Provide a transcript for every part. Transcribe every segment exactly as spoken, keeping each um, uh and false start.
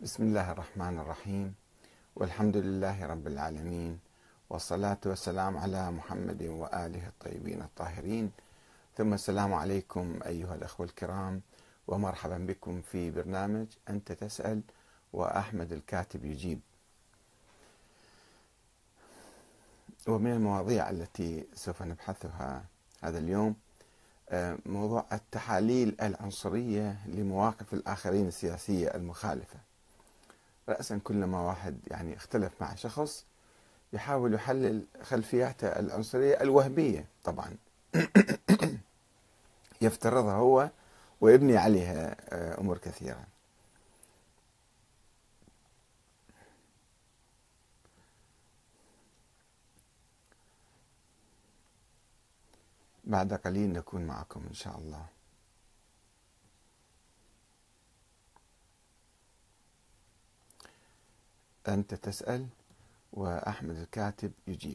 بسم الله الرحمن الرحيم، والحمد لله رب العالمين، والصلاة والسلام على محمد وآله الطيبين الطاهرين، ثم السلام عليكم أيها الأخوة الكرام، ومرحبا بكم في برنامج أنت تسأل وأحمد الكاتب يجيب. ومن المواضيع التي سوف نبحثها هذا اليوم موضوع التحاليل العنصرية لمواقف الآخرين السياسية المخالفة. رأسا كلما واحد يعني اختلف مع شخص يحاول يحلل خلفياته العنصرية الوهمية، طبعا يفترضها هو ويبني عليها أمور كثيرة. بعد قليل نكون معكم إن شاء الله. أنت تسأل وأحمد الكاتب يجيب.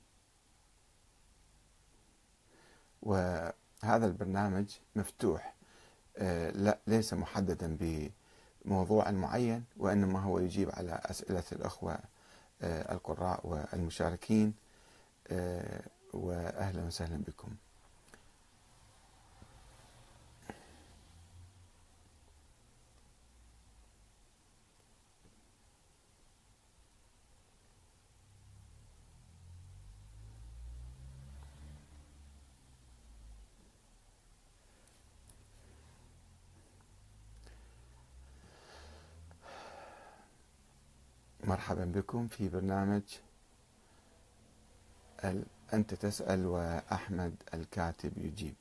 وهذا البرنامج مفتوح، لا ليس محددا بموضوع معين، وإنما هو يجيب على أسئلة الأخوة القراء والمشاركين، وأهلا وسهلا بكم. مرحبا بكم في برنامج أنت تسأل وأحمد الكاتب يجيب.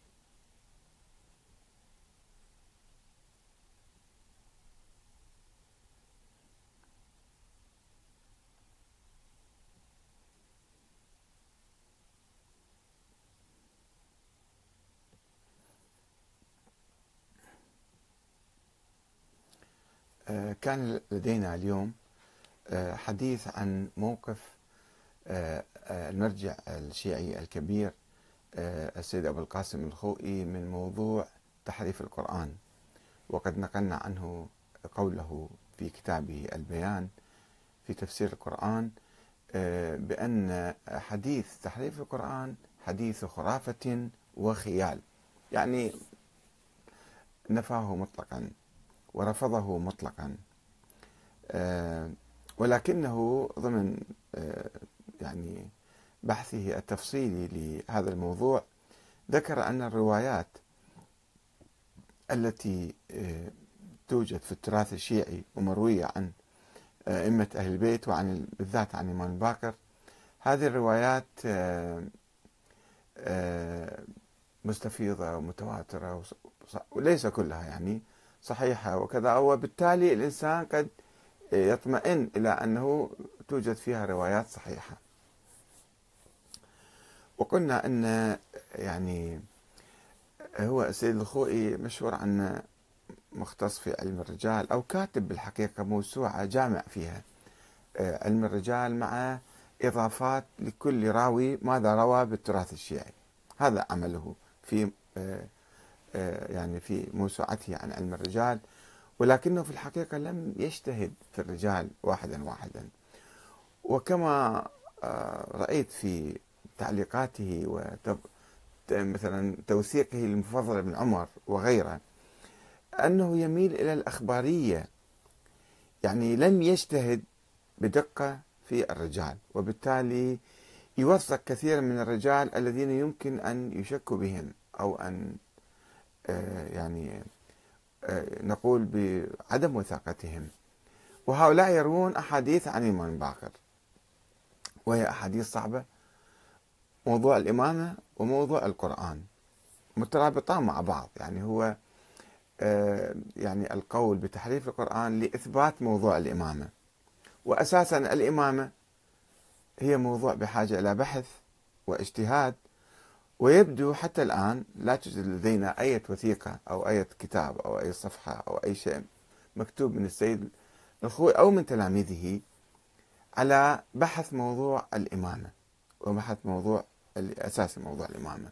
كان لدينا اليوم حديث عن موقف المرجع الشيعي الكبير السيد أبو القاسم الخوئي من موضوع تحريف القرآن، وقد نقلنا عنه قوله في كتابه البيان في تفسير القرآن بأن حديث تحريف القرآن حديث خرافة وخيال، يعني نفاه مطلقا ورفضه مطلقا، ولكنه ضمن يعني بحثه التفصيلي لهذا الموضوع ذكر أن الروايات التي توجد في التراث الشيعي ومروية عن أئمة أهل البيت وعن بالذات عن الإمام الباقر، هذه الروايات مستفيضة ومتواترة وليس كلها يعني صحيحة وكذا، وبالتالي الإنسان قد يطمئن إلى أنه توجد فيها روايات صحيحة. وقلنا أن يعني هو السيد الخوئي مشهور عنه مختص في علم الرجال، أو كاتب بالحقيقة موسوعة جامع فيها علم الرجال مع إضافات لكل راوي ماذا روى بالتراث الشيعي. هذا عمله في يعني في موسوعته عن علم الرجال، ولكنه في الحقيقة لم يجتهد في الرجال واحدا واحدا. وكما رأيت في تعليقاته ومثلا توثيقه للمفضل بن عمر وغيره أنه يميل إلى الأخبارية، يعني لم يجتهد بدقة في الرجال، وبالتالي يوثق كثيرا من الرجال الذين يمكن أن يشك بهم أو أن يعني نقول بعدم وثاقتهم. وهؤلاء يروون أحاديث عن الإمام الباقر، وهي أحاديث صعبة، موضوع الإمامة وموضوع القرآن مترابطان مع بعض. يعني هو يعني القول بتحريف القرآن لإثبات موضوع الإمامة، وأساسا الإمامة هي موضوع بحاجة إلى بحث واجتهاد، ويبدو حتى الآن لا توجد لدينا أي وثيقة أو أي كتاب أو أي صفحة أو أي شيء مكتوب من السيد الخوئي أو من تلاميذه على بحث موضوع الإمامة وبحث موضوع الأساسي موضوع الإمامة.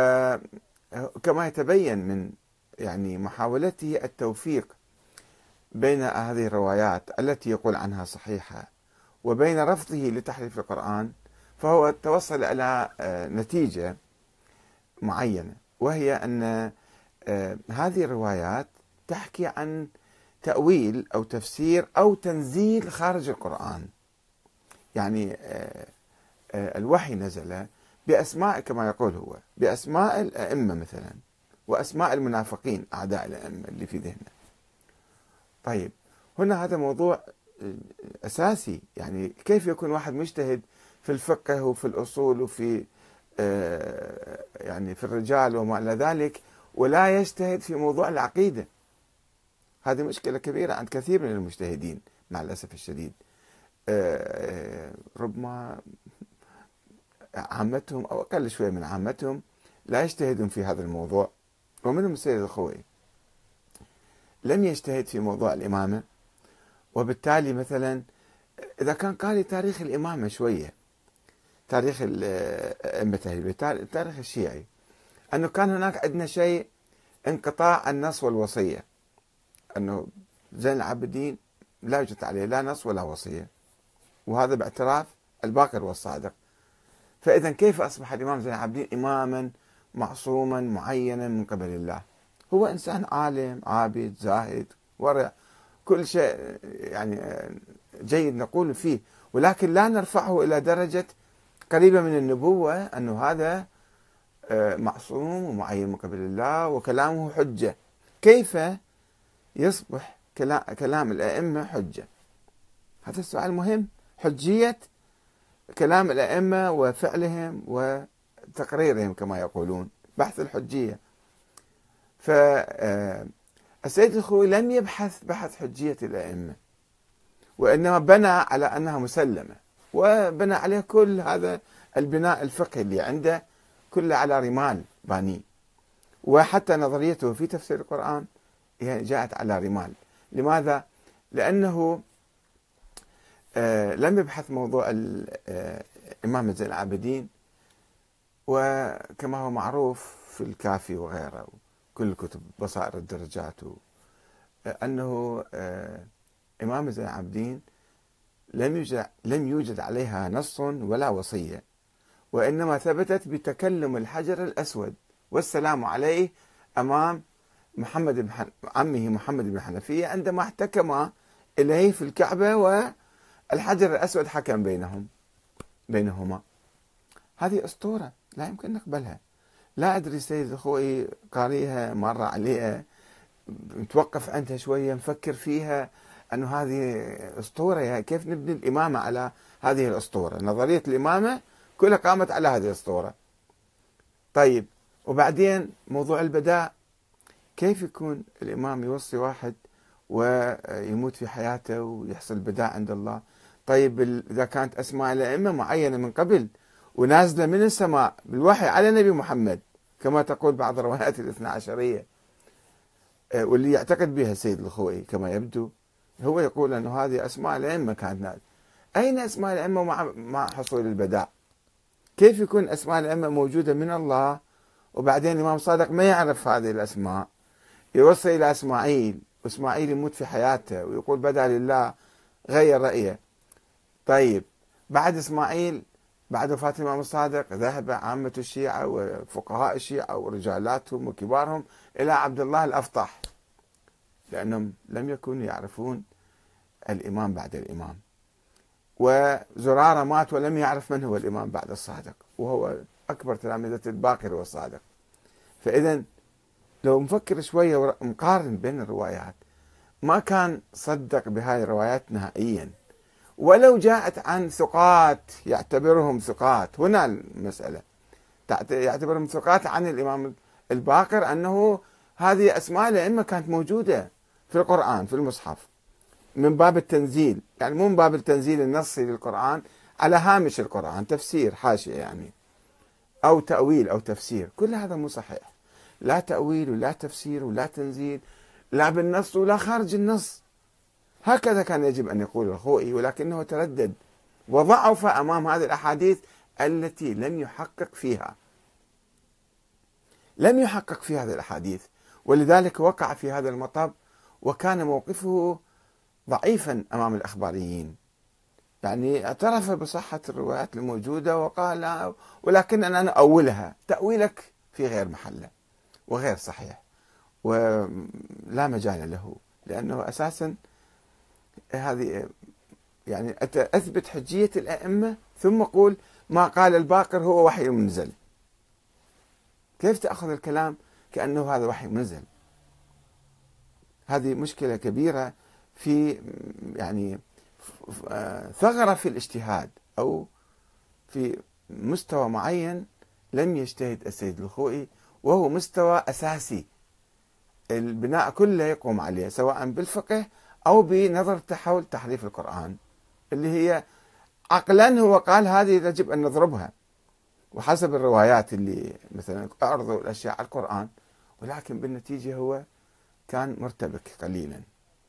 وكما يتبين من يعني محاولته التوفيق بين هذه الروايات التي يقول عنها صحيحة وبين رفضه لتحريف القرآن، فهو توصل إلى نتيجة معينة، وهي أن هذه الروايات تحكي عن تأويل أو تفسير أو تنزيل خارج القرآن. يعني الوحي نزل بأسماء، كما يقول هو، بأسماء الأئمة مثلا، وأسماء المنافقين أعداء الأئمة اللي في ذهنه. طيب هنا هذا موضوع أساسي، يعني كيف يكون واحد مجتهد في الفقه وفي الأصول وفي يعني في الرجال وما إلى ذلك، ولا يجتهد في موضوع العقيدة؟ هذه مشكلة كبيرة عند كثير من المجتهدين مع الأسف الشديد. ربما عامتهم أو أقل شوية من عامتهم لا يجتهدون في هذا الموضوع، ومنهم السيد الخوئي لم يجتهد في موضوع الإمامة. وبالتالي مثلا إذا كان قاري تاريخ الإمامة شوية، تاريخ الأئمة التاريخ الشيعي، أنه كان هناك عندنا شيء انقطاع النص والوصية، أنه زين العابدين لا يوجد عليه لا نص ولا وصية، وهذا باعتراف الباقر والصادق. فإذا كيف أصبح الإمام زين العابدين إماما معصوما معينا من قبل الله؟ هو إنسان عالم عابد زاهد ورع، كل شيء يعني جيد نقول فيه، ولكن لا نرفعه إلى درجة قريبة من النبوة أنه هذا معصوم ومعين من قبل الله وكلامه حجة. كيف يصبح كلام الأئمة حجة؟ هذا السؤال مهم، حجية كلام الأئمة وفعلهم وتقريرهم كما يقولون، بحث الحجية. فالسيد الخوئي لم يبحث بحث حجية الأئمة، وإنما بنى على أنها مسلمة، وبنى عليه كل هذا البناء الفقهي اللي عنده كله على رمال باني، وحتى نظريته في تفسير القرآن جاءت على رمال. لماذا؟ لأنه لم يبحث موضوع الإمام زين العابدين، وكما هو معروف في الكافي وغيره كل كتب بصائر الدرجات، أنه إمام زين العابدين لم يوجد لم يوجد عليها نص ولا وصية، وإنما ثبتت بتكلم الحجر الأسود والسلام عليه أمام محمد بن حن... عمه محمد بن حنفية عندما احتكم إليه في الكعبة، والحجر الأسود حكم بينهم بينهما. هذه أسطورة لا يمكن نقبلها. لا أدري سيد الخوئي قاريها مرة عليها، نتوقف عندها شوية نفكر فيها، أنه هذه أسطورة، يعني كيف نبني الإمامة على هذه الأسطورة؟ نظرية الإمامة كلها قامت على هذه الأسطورة. طيب وبعدين موضوع البداء، كيف يكون الإمام يوصي واحد ويموت في حياته ويحصل بداء عند الله؟ طيب إذا كانت أسماء الأئمة معينة من قبل ونازلة من السماء بالوحي على نبي محمد كما تقول بعض الروايات الاثنى عشرية، واللي يعتقد بها السيد الخوئي كما يبدو، هو يقول أنه هذه أسماء الأئمة كانت نازلة. أين أسماء الأئمة مع مع حصول البداء؟ كيف يكون أسماء الأئمة موجودة من الله وبعدين الإمام صادق ما يعرف هذه الأسماء، يوصي إلى إسماعيل وإسماعيل يموت في حياته ويقول بدأ لله غير رأيه؟ طيب بعد إسماعيل، بعد وفاة الإمام الصادق، ذهب عامة الشيعة وفقهاء الشيعة ورجالاتهم وكبارهم إلى عبد الله الأفطح، لأنهم لم يكونوا يعرفون الإمام بعد الإمام. وزرارة مات ولم يعرف من هو الإمام بعد الصادق، وهو أكبر تلامذة الباقر والصادق. فإذا لو نفكر شوية ونقارن بين الروايات، ما كان صدق بهاي الروايات نهائيا، ولو جاءت عن ثقات يعتبرهم ثقات. هنا المسألة، يعتبرهم ثقات عن الإمام الباقر أنه هذه أسماء الأئمة كانت موجودة في القرآن في المصحف من باب التنزيل، يعني مو من باب التنزيل النصي للقرآن على هامش القرآن، تفسير حاشية يعني، أو تأويل أو تفسير. كل هذا مو صحيح، لا تأويل ولا تفسير ولا تنزيل، لا بالنص ولا خارج النص. هكذا كان يجب أن يقول الخوئي، ولكنه تردد وضعف أمام هذه الأحاديث التي لم يحقق فيها لم يحقق في هذه الأحاديث، ولذلك وقع في هذا المطب وكان موقفه ضعيفا أمام الأخباريين، يعني اعترف بصحة الروايات الموجودة وقال ولكن أنا أؤولها تأويلك في غير محله وغير صحيح ولا مجال له، لأنه أساسا هذه يعني أثبت حجية الأئمة ثم قول ما قال الباقر هو وحي منزل. كيف تأخذ الكلام كأنه هذا وحي منزل؟ هذه مشكلة كبيرة في يعني ثغرة في الاجتهاد أو في مستوى معين لم يجتهد السيد الخوئي، وهو مستوى أساسي البناء كله يقوم عليه، سواء بالفقه أو بنظرته حول تحريف القرآن، اللي هي عقلا هو قال هذه يجب أن نضربها وحسب الروايات اللي مثلا أعرضوا الأشياء على القرآن، ولكن بالنتيجة هو كان مرتبك قليلا.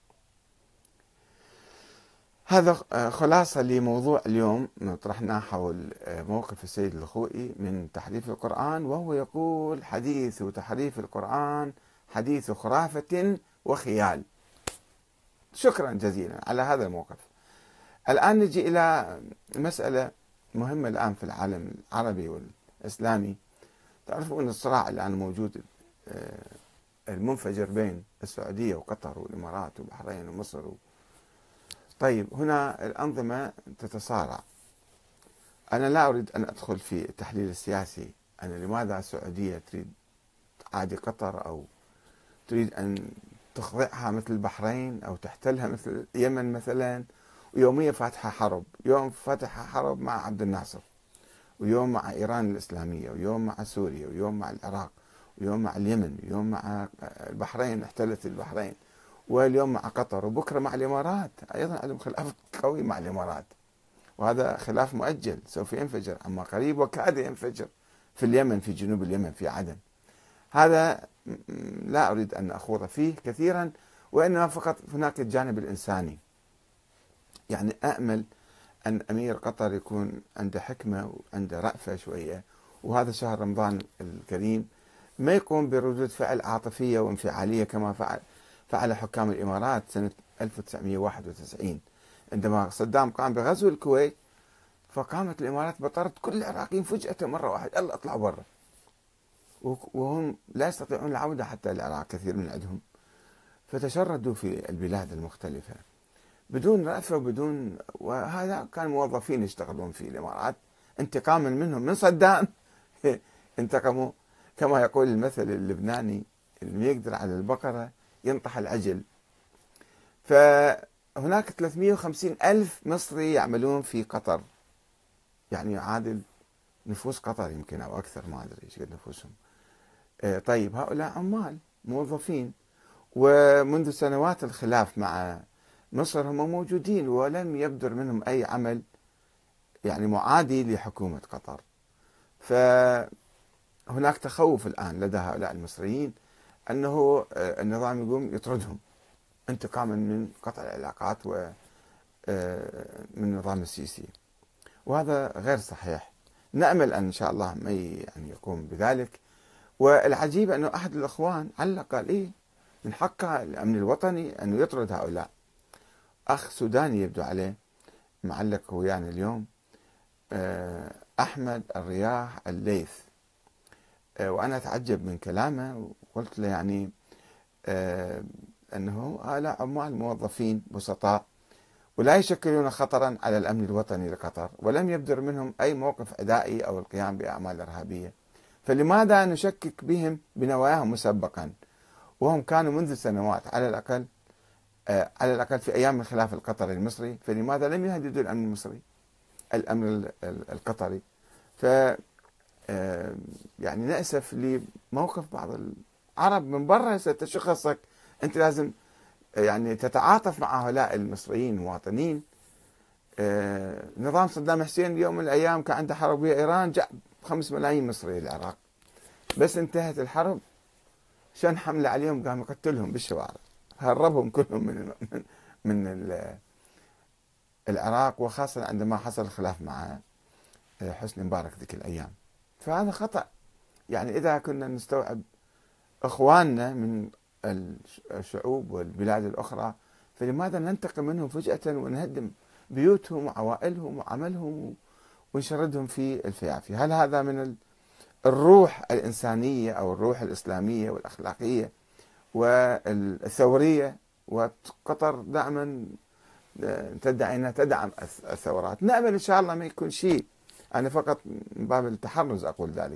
هذا خلاصة لموضوع اليوم طرحناه حول موقف السيد الخوئي من تحريف القرآن، وهو يقول حديث تحريف القرآن حديث خرافة وخيال. شكرا جزيلا على هذا الموقف. الآن نجي إلى مسألة مهمة الآن في العالم العربي والإسلامي. تعرفون الصراع الآن موجود المنفجر بين السعودية وقطر والإمارات وبحرين ومصر. طيب هنا الأنظمة تتصارع. أنا لا أريد أن أدخل في التحليل السياسي، أنا لماذا السعودية تريد تعادي قطر أو تريد أن تخضعها مثل البحرين أو تحتلها مثل اليمن مثلا، ويومية فاتحة حرب، يوم فاتحة حرب مع عبد الناصر، ويوم مع إيران الإسلامية، ويوم مع سوريا، ويوم مع العراق، ويوم مع اليمن، ويوم مع البحرين احتلت البحرين، واليوم مع قطر، وبكرة مع الإمارات. أيضا عندهم خلاف قوي مع الإمارات، وهذا خلاف مؤجل سوف ينفجر عما قريب وكاد ينفجر في اليمن، في جنوب اليمن في عدن. هذا لا أريد أن أخوض فيه كثيرا، وإنما فقط هناك الجانب الإنساني. يعني أأمل أن أمير قطر يكون عنده حكمة وعنده رأفة شوية، وهذا شهر رمضان الكريم ما يقوم بردود فعل عاطفية وانفعالية كما فعل فعل حكام الإمارات سنة ألف وتسعمئة وواحد وتسعين عندما صدام قام بغزو الكويت، فقامت الإمارات بطرد كل العراقيين فجأة مرة واحدة، يلا اطلعوا برا، وهم لا يستطيعون العودة حتى العراق كثير من عندهم، فتشردوا في البلاد المختلفة بدون رأفة وبدون، وهذا كان موظفين يشتغلون في الإمارات انتقاما منهم من صدام. انتقموا كما يقول المثل اللبناني اللي يقدر على البقرة ينطح العجل. فهناك ثلاثمئة وخمسين ألف مصري يعملون في قطر، يعني يعادل نفوس قطر يمكن أو أكثر، ما أدري إيش قد نفوسهم. طيب هؤلاء عمال موظفين، ومنذ سنوات الخلاف مع مصر هم موجودين ولم يبدر منهم أي عمل يعني معادي لحكومة قطر. فهناك تخوف الآن لدى هؤلاء المصريين أنه النظام يقوم يطردهم انتقاما من قطع العلاقات ومن النظام السيسي، وهذا غير صحيح. نأمل أن إن شاء الله ما يعني يقوم بذلك. والعجيب أنه أحد الأخوان علق قال إيه من حقه الأمن الوطني أنه يطرد هؤلاء. أخ سوداني يبدو عليه معلق ويانا اليوم، أحمد الرياح الليث، وأنا أتعجب من كلامه، وقلت له يعني أنه هؤلاء عمال موظفين بسطاء ولا يشكلون خطرا على الأمن الوطني لقطر، ولم يبدر منهم أي موقف عدائي أو القيام بأعمال إرهابية، فلماذا نشكك بهم بنواياهم مسبقا وهم كانوا منذ سنوات على الأقل على الأقل في أيام الخلاف القطري المصري، فلماذا لم يهددوا الأمن المصري الأمن القطري؟ ف يعني نأسف لموقف بعض العرب من برا ستشخصك، أنت لازم يعني تتعاطف مع هؤلاء المصريين المواطنين. نظام صدام حسين يوم من الأيام كان عنده حرب ويا إيران، جاب خمس ملايين مصري للعراق، بس انتهت الحرب شن حملة عليهم قام يقتلهم بالشوارع، هربهم كلهم من من, من العراق، وخاصة عندما حصل الخلاف مع حسني مبارك ذيك الأيام. فهذا خطأ. يعني إذا كنا نستوعب إخواننا من الشعوب والبلاد الأخرى، فلماذا ننتقم منهم فجأة ونهدم بيوتهم وعوائلهم وعملهم ونشردهم في الفيافي؟ هل هذا من الروح الإنسانية أو الروح الإسلامية والأخلاقية والثورية؟ وقطر دائما تدعي أنها تدعم الثورات. نأمل إن شاء الله ما يكون شيء، أنا فقط من باب التحرز أقول ذلك.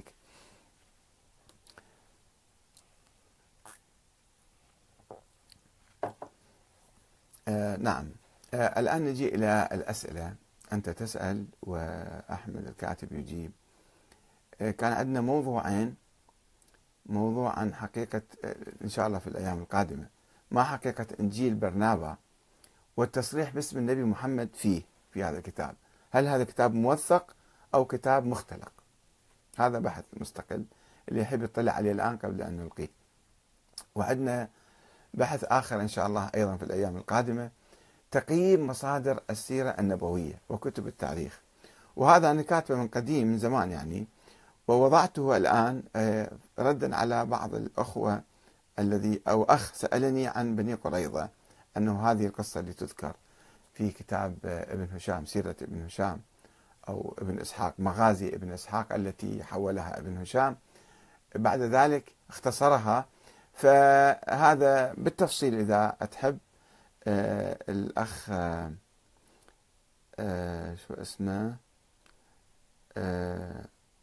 آه نعم. آه الآن نجي إلى الأسئلة. أنت تسأل وأحمد الكاتب يجيب. آه كان عندنا موضوعين، موضوع عن حقيقة آه إن شاء الله في الأيام القادمة ما حقيقة إنجيل برنابا والتصريح باسم النبي محمد فيه في هذا الكتاب. هل هذا كتاب موثق أو كتاب مختلق؟ هذا بحث مستقل اللي يحب يطلع عليه الآن قبل أن نلقيه. وعندنا بحث آخر إن شاء الله أيضا في الأيام القادمة، تقييم مصادر السيرة النبوية وكتب التاريخ. وهذا أنا كاتبه من قديم من زمان يعني، ووضعته الآن ردا على بعض الأخوة الذي أو أخ سألني عن بني قريظة، أنه هذه القصة اللي تذكر في كتاب ابن هشام، سيرة ابن هشام أو ابن إسحاق، مغازي ابن إسحاق التي حولها ابن هشام بعد ذلك اختصرها. فهذا بالتفصيل إذا أتحب. آه الأخ آه آه شو اسمه آه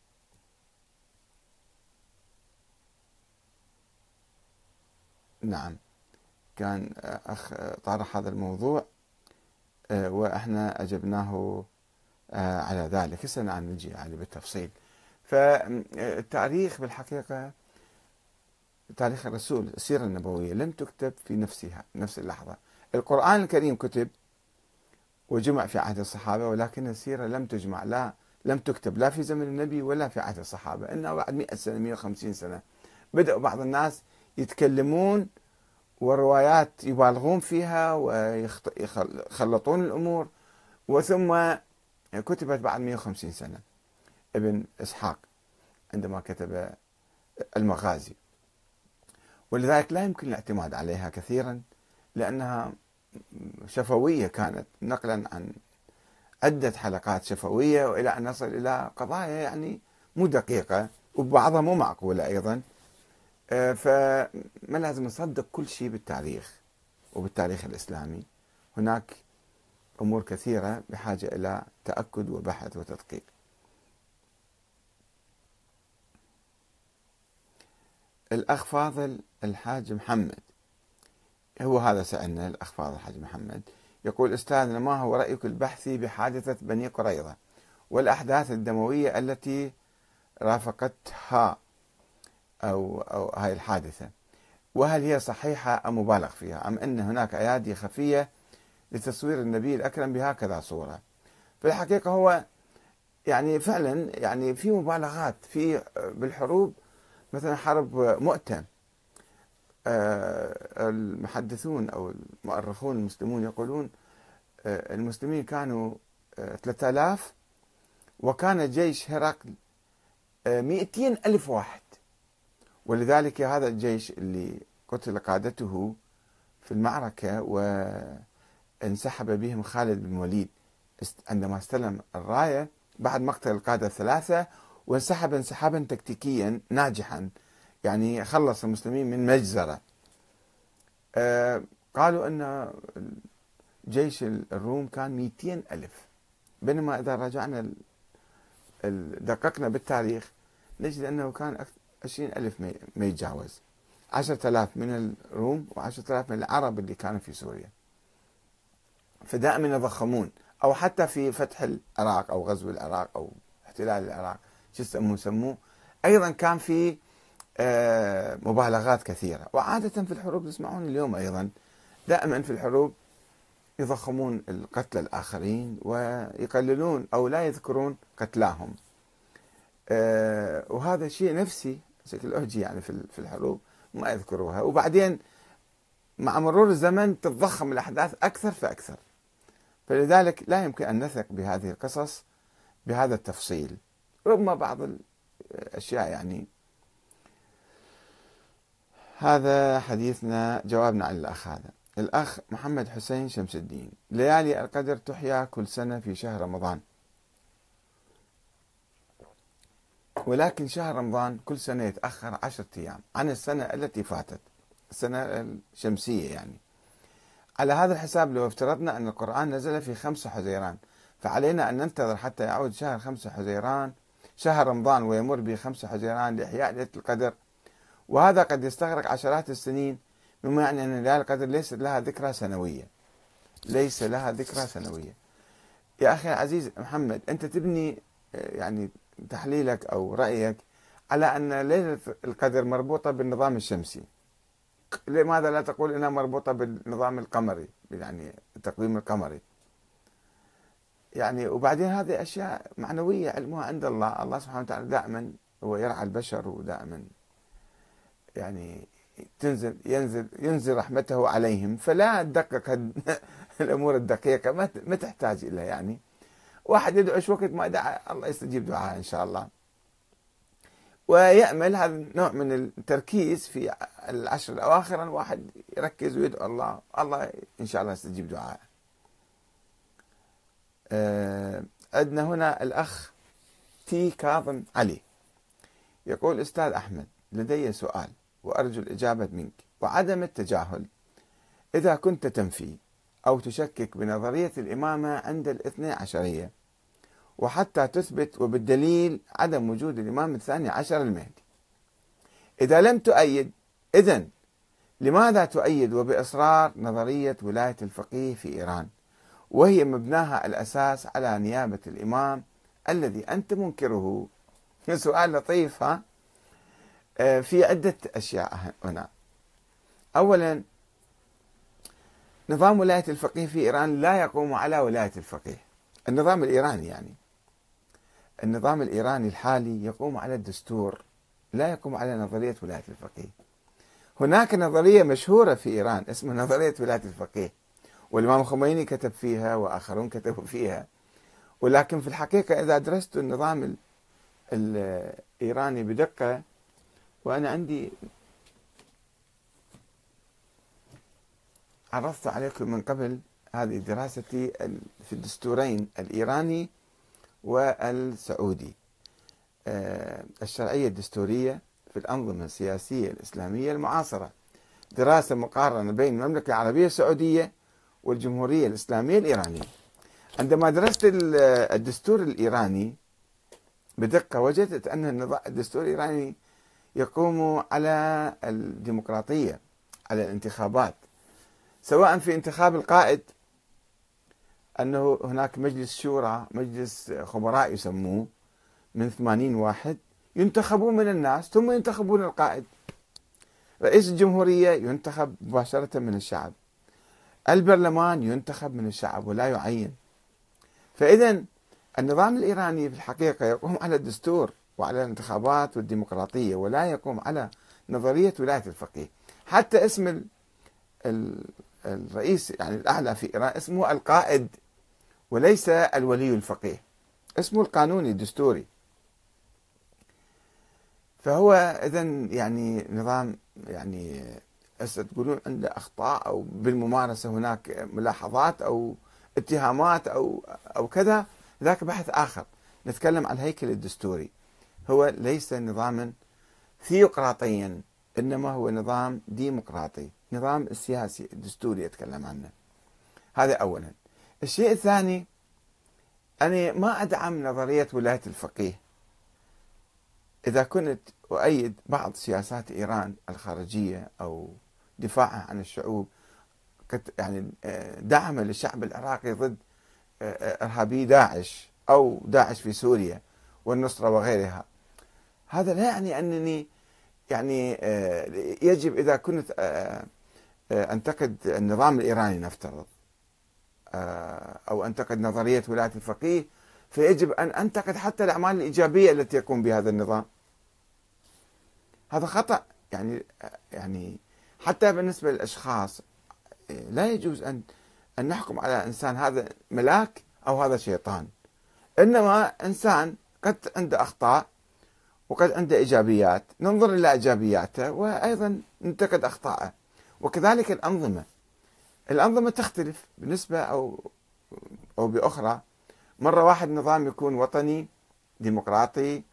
نعم كان أخ طرح هذا الموضوع آه وإحنا أجبناه آه على ذلك. هسه نعم نجي عليه بالتفصيل. فالتاريخ بالحقيقة تاريخ الرسول، السيرة النبوية لم تكتب في نفسها نفس اللحظة. القرآن الكريم كتب وجمع في عهد الصحابة، ولكن السيرة لم تجمع، لا لم تكتب لا في زمن النبي ولا في عهد الصحابة، إنه بعد مئة سنة مئة وخمسين سنة بدأوا بعض الناس يتكلمون والروايات يبالغون فيها ويخلطون الأمور، وثم كتبت بعد مئة وخمسين سنة. ابن إسحاق عندما كتب المغازي، ولذلك لا يمكن الاعتماد عليها كثيرا لأنها شفوية، كانت نقلا عن عدة حلقات شفوية وإلى أن نصل إلى قضايا يعني مو دقيقة وبعضها مو معقولة أيضا. فما لازم نصدق كل شيء بالتاريخ وبالتاريخ الإسلامي. هناك أمور كثيرة بحاجة إلى تأكد وبحث وتدقيق. الأخ فاضل الحاج محمد، هو هذا سألنا الأخ فاضل الحاج محمد، يقول: أستاذنا، ما هو رأيك البحثي بحادثة بني قريظة والأحداث الدموية التي رافقتها أو, أو هاي الحادثة، وهل هي صحيحة أم مبالغ فيها، أم أن هناك أيادي خفية لتصوير النبي الأكرم بهكذا صورة؟ في الحقيقة هو يعني فعلا يعني في مبالغات في بالحروب، مثلا حرب مؤتة، المحدثون أو المؤرخون المسلمون يقولون المسلمين كانوا ثلاثة آلاف وكان جيش هرقل مئتين ألف واحد، ولذلك هذا الجيش اللي قتل قادته في المعركة وانسحب بهم خالد بن وليد عندما استلم الراية بعد مقتل القادة الثلاثة، وانسحب انسحابا تكتيكيا ناجحا، يعني خلص المسلمين من مجزرة. آه قالوا أن جيش الروم كان مئتين ألف، بينما إذا رجعنا دققنا بالتاريخ نجد أنه كان عشرين ألف ما يتجاوز، عشرة آلاف من الروم وعشرة آلاف من العرب اللي كانوا في سوريا. فدائما يضخمون، أو حتى في فتح العراق أو غزو العراق أو احتلال العراق، شو يسموه سموه أيضا كان في آه مبالغات كثيرة. وعادة في الحروب تسمعون اليوم أيضا دائما في الحروب يضخمون القتلى الآخرين ويقللون أو لا يذكرون قتلاهم. آه وهذا شيء نفسي شكل أهجي يعني في الحروب ما يذكروها، وبعدين مع مرور الزمن تتضخم الأحداث أكثر فأكثر. فلذلك لا يمكن أن نثق بهذه القصص بهذا التفصيل، ربما بعض الأشياء يعني. هذا حديثنا، جوابنا عن الأخ هذا. الأخ محمد حسين شمس الدين: ليالي القدر تحيا كل سنة في شهر رمضان، ولكن شهر رمضان كل سنة يتأخر عشرة أيام عن السنة التي فاتت، السنة الشمسية يعني. على هذا الحساب لو افترضنا أن القرآن نزل في خمسة حزيران، فعلينا أن ننتظر حتى يعود شهر خمسة حزيران شهر رمضان ويمر به خمسة حزيران لإحياء ليلة القدر، وهذا قد يستغرق عشرات السنين، مما يعني أن ليلة القدر ليست لها ذكرى سنوية، ليس لها ذكرى سنوية. يا أخي العزيز محمد، أنت تبني يعني تحليلك أو رأيك على أن ليلة القدر مربوطة بالنظام الشمسي، لماذا لا تقول إنها مربوطة بالنظام القمري، يعني التقويم القمري؟ يعني وبعدين هذه أشياء معنوية علمها عند الله، الله سبحانه وتعالى دائما هو يرعى البشر، ودائما يعني تنزل ينزل ينزل رحمته عليهم، فلا تدقق الأمور الدقيقة ما تحتاج إلى يعني واحد يدعو ايش وقت ما دعا الله يستجيب دعاء ان شاء الله، ويأمل هذا النوع من التركيز في العشر الأواخر، الواحد يركز ويدعو الله، الله إن شاء الله يستجيب دعاء. أه عندنا هنا الأخ تي كاظم علي يقول: أستاذ أحمد، لدي سؤال وأرجو الإجابة منك وعدم التجاهل. إذا كنت تنفي أو تشكك بنظرية الإمامة عند الاثني عشرية، وحتى تثبت وبالدليل عدم وجود الإمام الثاني عشر المهدي، إذا لم تؤيد، إذن لماذا تؤيد وبإصرار نظرية ولاية الفقيه في إيران، وهي مبناها الأساس على نيابة الإمام الذي أنت منكره؟ سؤال لطيف. ها في عدة أشياء هنا. أولا، نظام ولاية الفقيه في إيران لا يقوم على ولاية الفقيه. النظام الإيراني يعني النظام الإيراني الحالي يقوم على الدستور، لا يقوم على نظرية ولاية الفقيه. هناك نظرية مشهورة في إيران اسمها نظرية ولاية الفقيه، والإمام الخميني كتب فيها وآخرون كتبوا فيها، ولكن في الحقيقة إذا درست النظام الإيراني بدقة، وأنا عندي عرضت عليكم من قبل هذه دراستي في الدستورين الإيراني والسعودي، الشرعية الدستورية في الأنظمة السياسية الإسلامية المعاصرة، دراسة مقارنة بين المملكة العربية السعودية والجمهورية الإسلامية الإيرانية. عندما درست الدستور الإيراني بدقة وجدت أن الدستور الإيراني يقوم على الديمقراطية، على الانتخابات، سواء في انتخاب القائد، أنه هناك مجلس شورى، مجلس خبراء يسموه، من ثمانين واحد ينتخبون من الناس ثم ينتخبون القائد. رئيس الجمهورية ينتخب مباشرة من الشعب، البرلمان ينتخب من الشعب ولا يعين. فإذا النظام الإيراني في الحقيقة يقوم على الدستور وعلى الانتخابات والديمقراطية، ولا يقوم على نظرية ولاية الفقيه. حتى اسم الرئيس يعني الأعلى في إيران اسمه القائد وليس الولي الفقيه، اسمه القانوني الدستوري. فهو إذن يعني نظام يعني هسه تقولون عنده أخطاء أو بالممارسة هناك ملاحظات أو اتهامات أو أو كذا، ذاك بحث آخر. نتكلم عن الهيكل الدستوري. هو ليس نظاما ثيوقراطيا، إنما هو نظام ديمقراطي، نظام السياسي الدستوري أتكلم عنه. هذا أولا. الشيء الثاني، أنا ما أدعم نظرية ولاية الفقيه. إذا كنت أؤيد بعض سياسات إيران الخارجية أو دفاعها عن الشعوب، يعني دعم للشعب العراقي ضد إرهابي داعش أو داعش في سوريا والنصرة وغيرها، هذا لا يعني أنني يعني يجب إذا كنت أنتقد النظام الإيراني نفترض أو أنتقد نظرية ولاية الفقيه، فيجب أن أنتقد حتى الأعمال الإيجابية التي يقوم بها هذا النظام. هذا خطأ. يعني يعني حتى بالنسبة للأشخاص لا يجوز أن أن نحكم على إنسان هذا ملاك أو هذا شيطان، إنما إنسان قد عنده أخطاء وقد عنده إيجابيات ننظر إلى إيجابياته وأيضا ننتقد أخطاءه. وكذلك الأنظمة الأنظمة تختلف بنسبة أو أو بأخرى. مرة واحد نظام يكون وطني ديمقراطي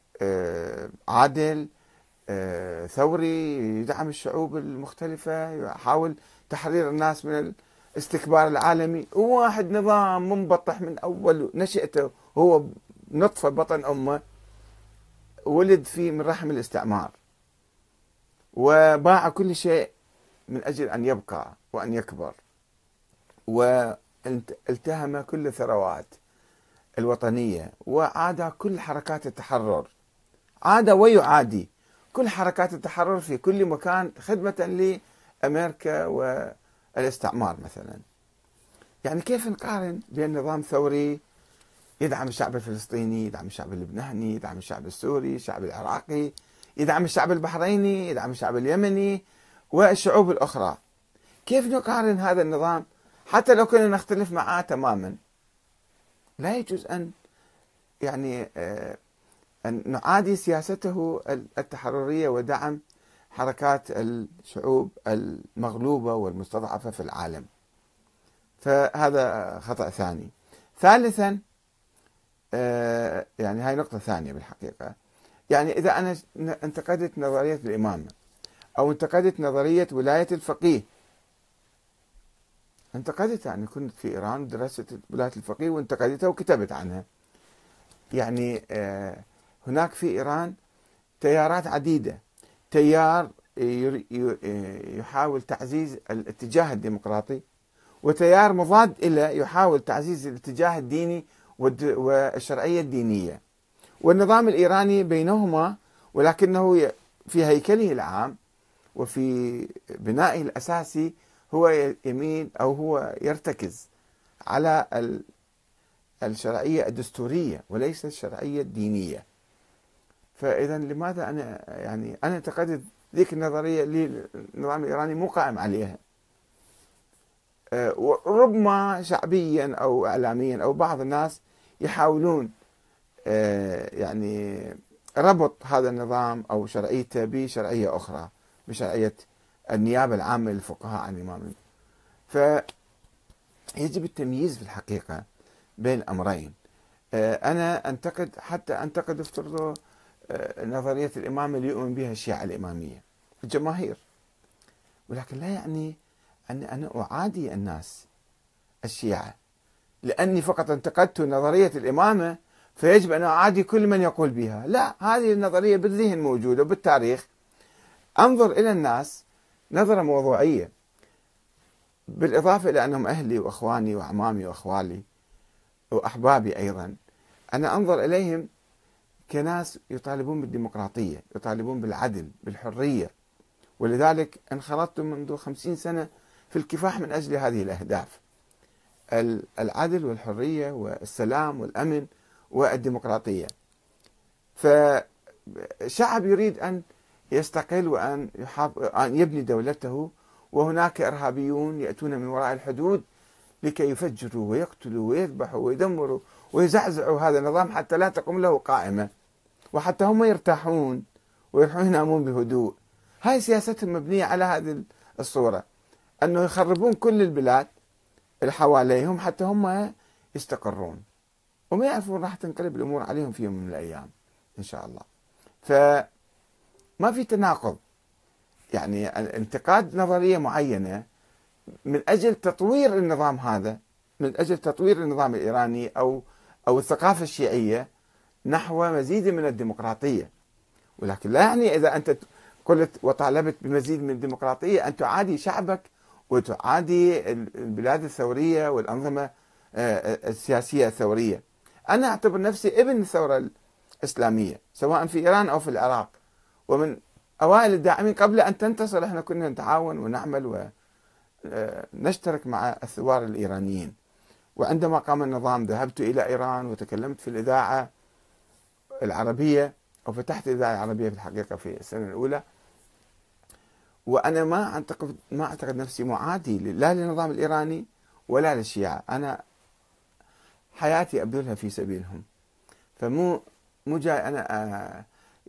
عادل ثوري يدعم الشعوب المختلفة يحاول تحرير الناس من الاستكبار العالمي، وواحد نظام منبطح من أول نشأته هو نطفة بطن أمه ولد فيه من رحم الاستعمار وباع كل شيء من أجل أن يبقى وأن يكبر، والتهم كل الثروات الوطنية وعاد كل حركات التحرر، عاد ويعادي كل حركات التحرر في كل مكان خدمة لأمريكا والاستعمار مثلا. يعني كيف نقارن بين نظام ثوري يدعم الشعب الفلسطيني، يدعم الشعب اللبناني، يدعم الشعب السوري، الشعب العراقي، يدعم الشعب البحريني، يدعم الشعب اليمني والشعوب الأخرى؟ كيف نقارن هذا النظام حتى لو كنا نختلف معه تماما؟ لا يجوز أن يعني أن نعادي سياسته التحررية ودعم حركات الشعوب المغلوبة والمستضعفة في العالم. فهذا خطأ ثاني. ثالثا يعني هاي نقطة ثانية بالحقيقة، يعني إذا أنا انتقدت نظرية الإمامة أو انتقدت نظرية ولاية الفقيه، انتقدتها، يعني كنت في إيران ودرست ولاية الفقيه وانتقدتها وكتبت عنها. يعني هناك في إيران تيارات عديدة، تيار يحاول تعزيز الاتجاه الديمقراطي، وتيار مضاد إلى يحاول تعزيز الاتجاه الديني والشرعية الدينية، والنظام الإيراني بينهما، ولكنه في هيكله العام وفي بنائه الأساسي هو يميل أو هو يرتكز على الشرعية الدستورية وليس الشرعية الدينية. فإذا لماذا أنا يعني أنا اعتقدت ذيك النظرية اللي النظام الإيراني مو قائم عليها، وربما شعبيا أو إعلاميا أو بعض الناس يحاولون يعني ربط هذا النظام أو شرعيته بشرعية أخرى، بشرعية النيابة العامة للفقهاء عن الإمام. فيجب التمييز في الحقيقة بين الأمرين. أنا أنتقد حتى أنتقد افترضوا نظرية الإمامة اللي يؤمن بها الشيعة الإمامية الجماهير، ولكن لا يعني أن أنا أعادي الناس الشيعة لأني فقط انتقدت نظرية الإمامة فيجب أن أعادي كل من يقول بها. لا، هذه النظرية بالذهن موجودة وبالتاريخ. أنظر إلى الناس نظرة موضوعية، بالإضافة إلى أنهم أهلي وأخواني وأعمامي وأخوالي وأحبابي أيضا. أنا أنظر إليهم كناس يطالبون بالديمقراطية، يطالبون بالعدل بالحرية، ولذلك انخرطت منذ خمسين سنة في الكفاح من أجل هذه الأهداف: العدل والحرية والسلام والأمن والديمقراطية. فشعب يريد أن يستقل وأن أن يبني دولته، وهناك إرهابيون يأتون من وراء الحدود لكي يفجروا ويقتلوا ويذبحوا ويدمروا ويزعزعوا هذا النظام حتى لا تقوم له قائمة، وحتى هم يرتاحون ويروحون ينامون بهدوء. هاي سياستهم مبنية على هذه الصورة، أنه يخربون كل البلاد اللي حواليهم حتى هم يستقرون، وما يعرفون راح تنقلب الأمور عليهم في يوم من الأيام إن شاء الله. فما في تناقض، يعني انتقاد نظرية معينة من أجل تطوير النظام هذا، من أجل تطوير النظام الإيراني أو أو الثقافة الشيعية نحو مزيد من الديمقراطية. ولكن لا يعني إذا أنت قلت وطالبت بمزيد من الديمقراطية أن تعادي شعبك وتعادي البلاد الثورية والأنظمة السياسية الثورية. أنا أعتبر نفسي ابن الثورة الإسلامية سواء في إيران أو في العراق، ومن أوائل الداعمين قبل أن تنتصر. احنا كنا نتعاون ونعمل ونشترك مع الثوار الإيرانيين، وعندما قام النظام ذهبت إلى إيران وتكلمت في الإذاعة العربية، أو فتحت الإذاعة العربية في الحقيقة في السنة الأولى. وأنا ما أعتقد ما أعتقد نفسي معادي لا للنظام الإيراني ولا للشيعة، أنا حياتي أبذلها في سبيلهم. فمو مو جاي أنا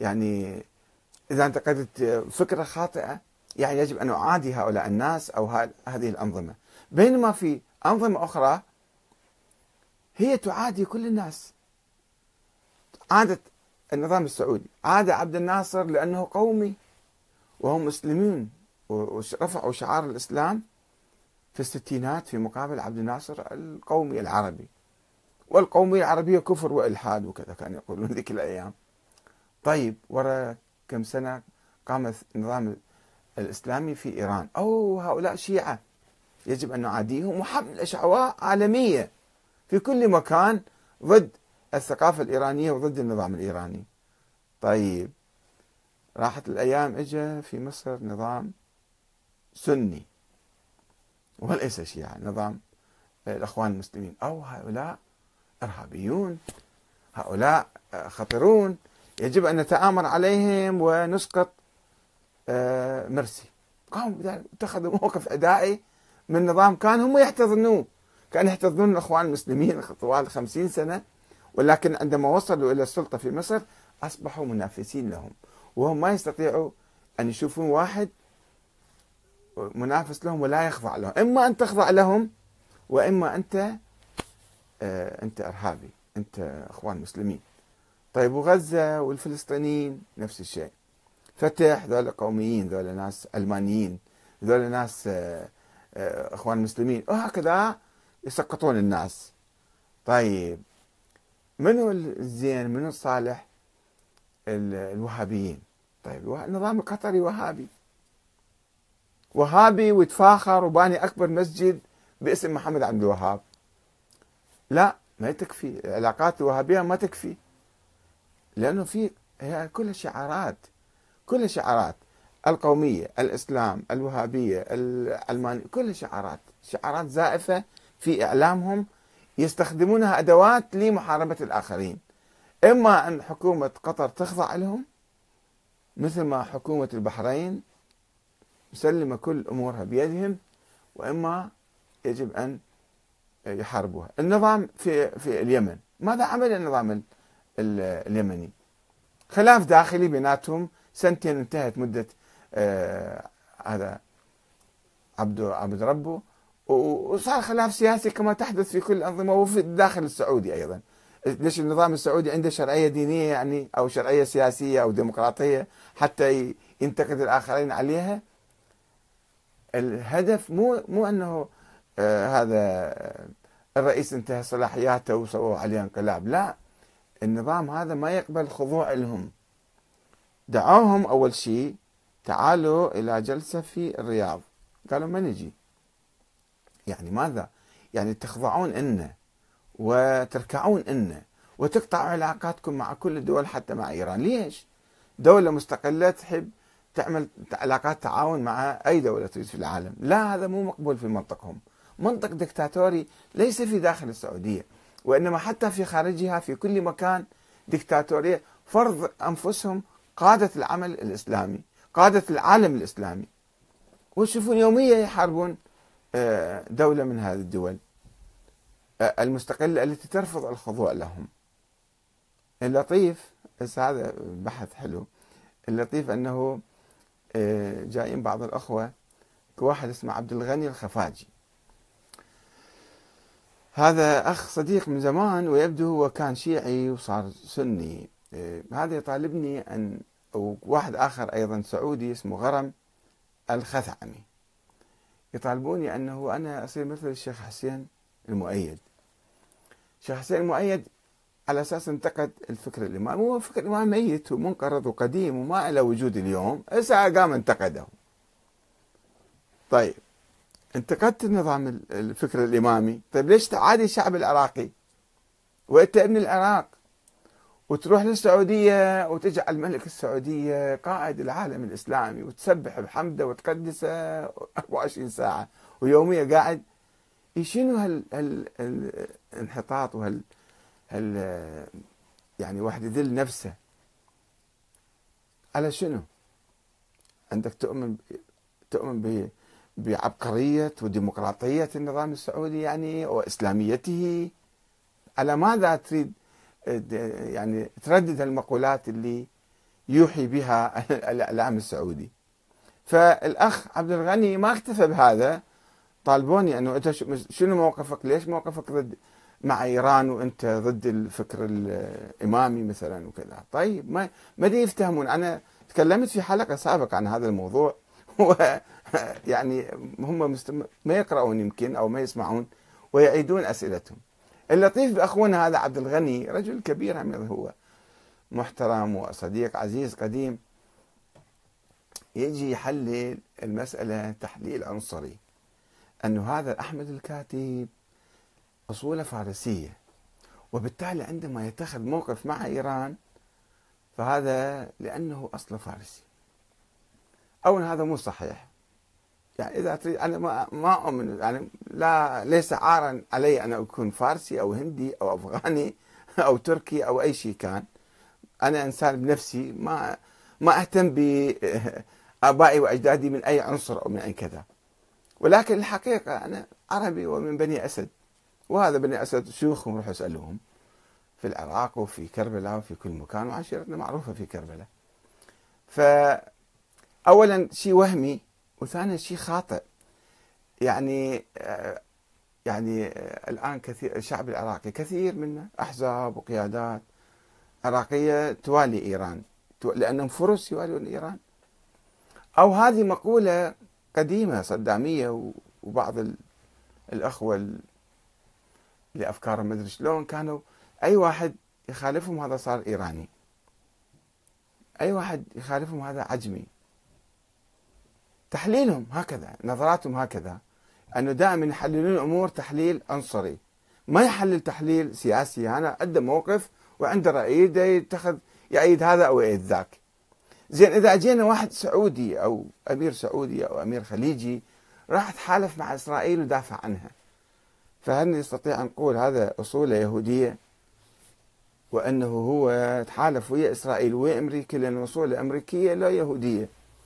يعني إذا انتقدت فكرة خاطئة يعني يجب أن أعادي هؤلاء الناس أو هذه الأنظمة، بينما في أنظمة أخرى هي تعادي كل الناس. عادت النظام السعودي، عاد عبد الناصر لأنه قومي وهم مسلمين ورفعوا شعار الإسلام في الستينات في مقابل عبد الناصر القومي العربي، والقومية العربية كفر وإلحاد وكذا كانوا يقولون ذيك الأيام. طيب ورا كم سنة قام النظام الإسلامي في إيران، أو هؤلاء شيعة يجب أن نعاديهم، وحمل شعواء عالمية في كل مكان ضد الثقافة الإيرانية وضد النظام الإيراني. طيب راحت الأيام، إجا في مصر نظام سني وليس شيعة، نظام الأخوان المسلمين، أو هؤلاء إرهابيون، هؤلاء خطرون، يجب أن نتآمر عليهم ونسقط مرسي. قاموا بذلك، اتخذوا موقف عدائي من نظام كان هم يحتضنوه، كانوا يحتضنون الأخوان المسلمين طوال خمسين سنة، ولكن عندما وصلوا إلى السلطة في مصر أصبحوا منافسين لهم، وهم ما يستطيعوا أن يشوفون واحد منافس لهم ولا يخضع لهم. إما أن تخضع لهم وإما أنت آه أنت إرهابي، أنت أخوان مسلمين. طيب وغزة والفلسطينيين نفس الشيء، فتح ذولا قوميين، ذولا ناس علمانيين، ذولا ناس آه آه أخوان مسلمين، وهكذا يسقطون الناس. طيب منو الزين منو الصالح؟ الوهابيين. طيب النظام القطري وهابي وهابي ويتفاخر وباني أكبر مسجد باسم محمد عبد الوهاب. لا، ما تكفي العلاقات الوهابية، ما تكفي، لأنه في هي كلها شعارات، كلها شعارات، القومية، الإسلام، الوهابية، العلمانية، كلها شعارات، شعارات زائفة في إعلامهم يستخدمونها أدوات لمحاربة الآخرين. إما أن حكومة قطر تخضع لهم مثل ما حكومة البحرين مسلمة كل أمورها بيدهم، وإما يجب أن يحاربوها. النظام في في اليمن، ماذا عمل النظام اليمني؟ خلاف داخلي بيناتهم، سنتين انتهت مدة آه هذا عبد عبد ربه، وصار خلاف سياسي كما تحدث في كل الأنظمة وفي الداخل السعودي أيضا. ليش النظام السعودي عنده شرعية دينية يعني أو شرعية سياسية أو ديمقراطية حتى ينتقد الآخرين عليها؟ الهدف مو مو أنه آه هذا الرئيس انتهى صلاحياته وسووا عليه انقلاب، لا، النظام هذا ما يقبل خضوع لهم. دعوهم أول شيء تعالوا إلى جلسة في الرياض، قالوا ما نجي. يعني ماذا؟ يعني تخضعون إلنا وتركعون إلنا وتقطعوا علاقاتكم مع كل الدول حتى مع إيران. ليش؟ دولة مستقلة تحب تعمل علاقات تعاون مع أي دولة تريد في العالم. لا، هذا مو مقبول في منطقهم، منطق دكتاتوري ليس في داخل السعودية وإنما حتى في خارجها، في كل مكان دكتاتورية، فرض أنفسهم قادة العمل الإسلامي، قادة العالم الإسلامي، وتشوفون يوميا يحاربون دولة من هذه الدول المستقلة التي ترفض الخضوع لهم. اللطيف، بس هذا بحث حلو، اللطيف أنه جايين بعض الأخوة، واحد اسمه عبد الغني الخفاجي، هذا أخ صديق من زمان ويبدو هو كان شيعي وصار سني. هذا يطالبني أن، وواحد آخر أيضا سعودي اسمه غرم الخثعمي، يطالبوني أنه أنا أصير مثل الشيخ حسين المؤيد. الشيخ حسين المؤيد على أساس انتقد الفكر الإمامي، هو فكر الإمام ميت ومنقرض وقديم وما له وجود اليوم، هسه قام انتقده. طيب انتقدت النظام الفكر الإمامي، طيب ليش تعادي الشعب العراقي وأنت ابن العراق وتروح للسعودية وتجعل ملك السعودية قائد العالم الإسلامي وتسبح بحمده وتقدسه أربعة وعشرين ساعة ويوميا قاعد؟ شنو هال الانحطاط وهال هال يعني واحد يذل نفسه على شنو؟ عندك تؤمن تؤمن ب بعبقرية وديمقراطية النظام السعودي يعني وإسلاميته، على ماذا تريد يعني تردد المقولات اللي يوحي بها الإعلام السعودي. فالأخ عبد الغني ما اكتفى بهذا، طالبوني أنه أنت شنو موقفك، ليش موقفك ضد مع إيران وأنت ضد الفكر الإمامي مثلا وكذا. طيب ما ما دي يفتهمون. أنا تكلمت في حلقة سابقة عن هذا الموضوع يعني هم مستم... ما يقرؤون يمكن أو ما يسمعون ويعيدون أسئلتهم. اللطيف بأخونا هذا عبد الغني رجل كبير، هم هو محترم وصديق عزيز قديم، يجي يحلل المسألة تحليل عنصري، أنه هذا أحمد الكاتب أصوله فارسية، وبالتالي عندما يتخذ موقف مع إيران فهذا لأنه أصله فارسي. أولا هذا مو صحيح. يعني إذا تريد، أنا ما ما أؤمن، يعني لا ليس عارا علي أن أكون فارسي أو هندي أو أفغاني أو تركي أو أي شيء كان. أنا إنسان بنفسي، ما ما أهتم بآبائي وأجدادي من أي عنصر أو من أي كذا، ولكن الحقيقة أنا عربي ومن بني أسد، وهذا بني أسد شيوخهم روحوا اسألوهم في العراق وفي كربلاء وفي كل مكان، وعشيرتنا معروفة في كربلاء. فأولا شيء وهمي، وثانيا شيء خاطئ. يعني يعني الآن كثير الشعب العراقي كثير منه أحزاب وقيادات عراقية توالي إيران لأنهم فرس يوالون إيران، أو هذه مقولة قديمة صدامية، وبعض الأخوة لأفكارهم مدري شلون كانوا أي واحد يخالفهم هذا صار إيراني، أي واحد يخالفهم هذا عجمي. تحليلهم هكذا، نظراتهم هكذا، أنه دائما يحللون الأمور تحليل عنصري، ما يحلل تحليل سياسي. أنا عنده موقف وعنده رأي يتخذ، يأيد هذا أو يأيد ذاك. زين إذا أجينا واحد سعودي أو أمير سعودي أو أمير خليجي راح تحالف مع إسرائيل ودافع عنها، فهل نستطيع أن نقول هذا أصوله يهودية وأنه هو تحالف ويا إسرائيل ويا أمريكا لأن أصوله أمريكية لا يهودية؟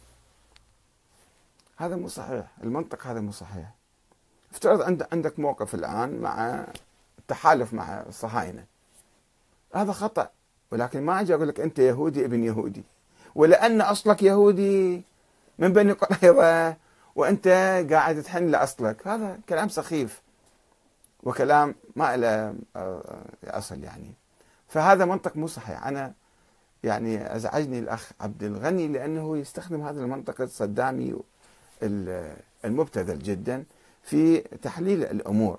هذا مو صحيح، المنطق هذا مو صحيح. افترض عندك موقف الآن مع التحالف مع الصهاينة، هذا خطأ، ولكن ما أجي أقول لك أنت يهودي ابن يهودي ولأن أصلك يهودي من بني قريظة وأنت قاعد تحن لأصلك. هذا كلام سخيف وكلام ما له أصل يعني. فهذا منطق مو صحيح. أنا يعني أزعجني الأخ عبد الغني لأنه يستخدم هذا المنطق الصدامي المبتذل جدا في تحليل الأمور.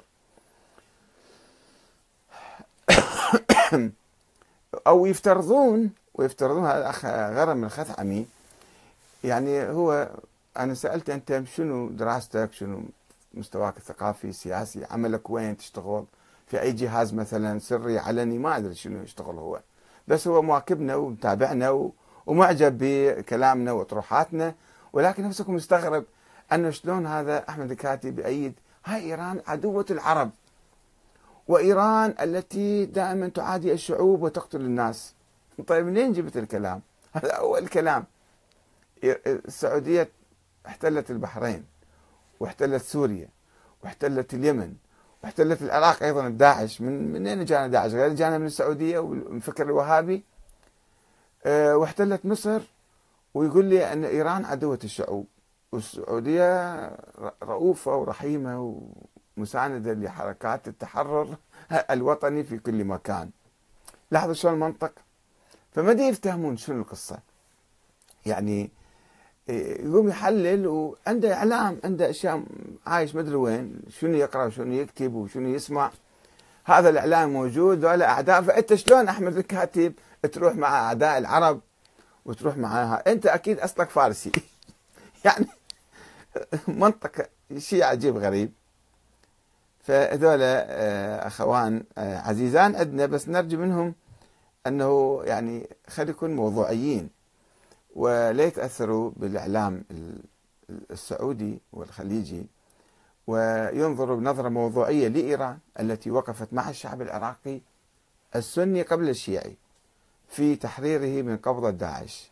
أو يفترضون ويفترضون هذا الأخ غرم الخثعمي، يعني هو أنا سألت أنت شنو دراستك، شنو مستواك الثقافي السياسي، عملك وين تشتغل، في أي جهاز مثلا سري علني، ما أدري شنو يشتغل هو، بس هو مواكبنا ومتابعنا ومعجب بكلامنا وطروحاتنا، ولكن نفسكم مستغرب أنه شلون هذا أحمد الكاتب بأيد هاي إيران عدوة العرب، وإيران التي دائما تعادي الشعوب وتقتل الناس. طيب منين جبت الكلام؟ هذا أول كلام. السعودية احتلت البحرين واحتلت سوريا واحتلت اليمن واحتلت العراق أيضا بداعش. من منين جانا داعش؟ غير جانا من السعودية والفكر الوهابي. اه واحتلت مصر، ويقول لي أن إيران عدوة الشعوب، والسعودية رؤوفة ورحيمة ومساندة لحركات التحرر الوطني في كل مكان. لاحظوا شلون المنطق. فما دي يفتهمون شنو القصة. يعني يقوم يحلل وعنده إعلام، عنده أشياء عايش مدري وين، شنو يقرأ وشنو يكتب وشنو يسمع. هذا الإعلام موجود ولا أعداء. فأنت شلون أحمد الكاتب تروح مع أعداء العرب وتروح معها؟ أنت أكيد أصلك فارسي. يعني منطق شيء عجيب غريب. فهذول أخوان عزيزان عندنا، بس نرجو منهم أنه يعني خلي يكون موضوعيين ولا يتأثروا بالإعلام السعودي والخليجي، وينظروا بنظرة موضوعية لإيران التي وقفت مع الشعب العراقي السني قبل الشيعي في تحريره من قبضة داعش،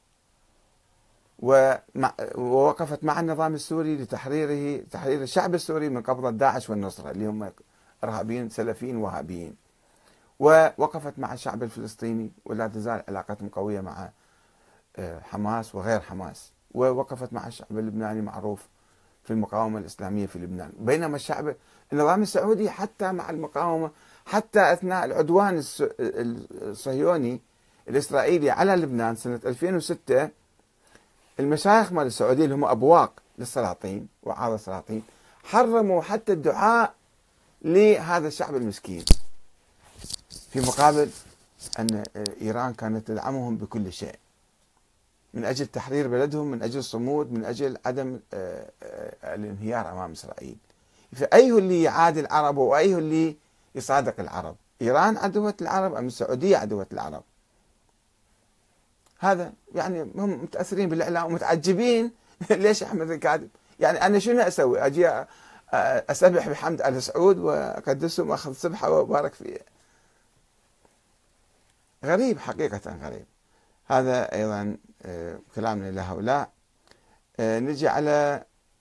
ووقفت مع النظام السوري لتحريره تحرير الشعب السوري من قبضة داعش والنصرة اللي هم إرهابيين سلفيين وهابيين، ووقفت مع الشعب الفلسطيني ولا تزال علاقتهم قوية مع حماس وغير حماس، ووقفت مع الشعب اللبناني معروف في المقاومة الإسلامية في لبنان، بينما الشعب النظام السعودي حتى مع المقاومة، حتى أثناء العدوان الصهيوني الإسرائيلي على لبنان سنة ألفين وستة، المشايخ مال السعودية اللي هم أبواق للسلاطين وعاظ السلاطين حرموا حتى الدعاء لهذا الشعب المسكين، في مقابل أن إيران كانت تدعمهم بكل شيء من أجل تحرير بلدهم، من أجل الصمود، من أجل عدم الانهيار أمام إسرائيل. فأيه اللي يعادي العرب وأيه اللي يصادق العرب؟ إيران عدوة العرب أم السعودية عدوة العرب؟ هذا يعني هم متأثرين بالإعلام ومتعجبين ليش أحمد الكاذب؟ يعني أنا شنو أسوي؟ أجي أسبح بحمد آل سعود وأقدسهم وأخذ سبحة وأبارك فيه؟ غريب، حقيقة غريب. هذا أيضا كلامنا لهؤلاء. نجي على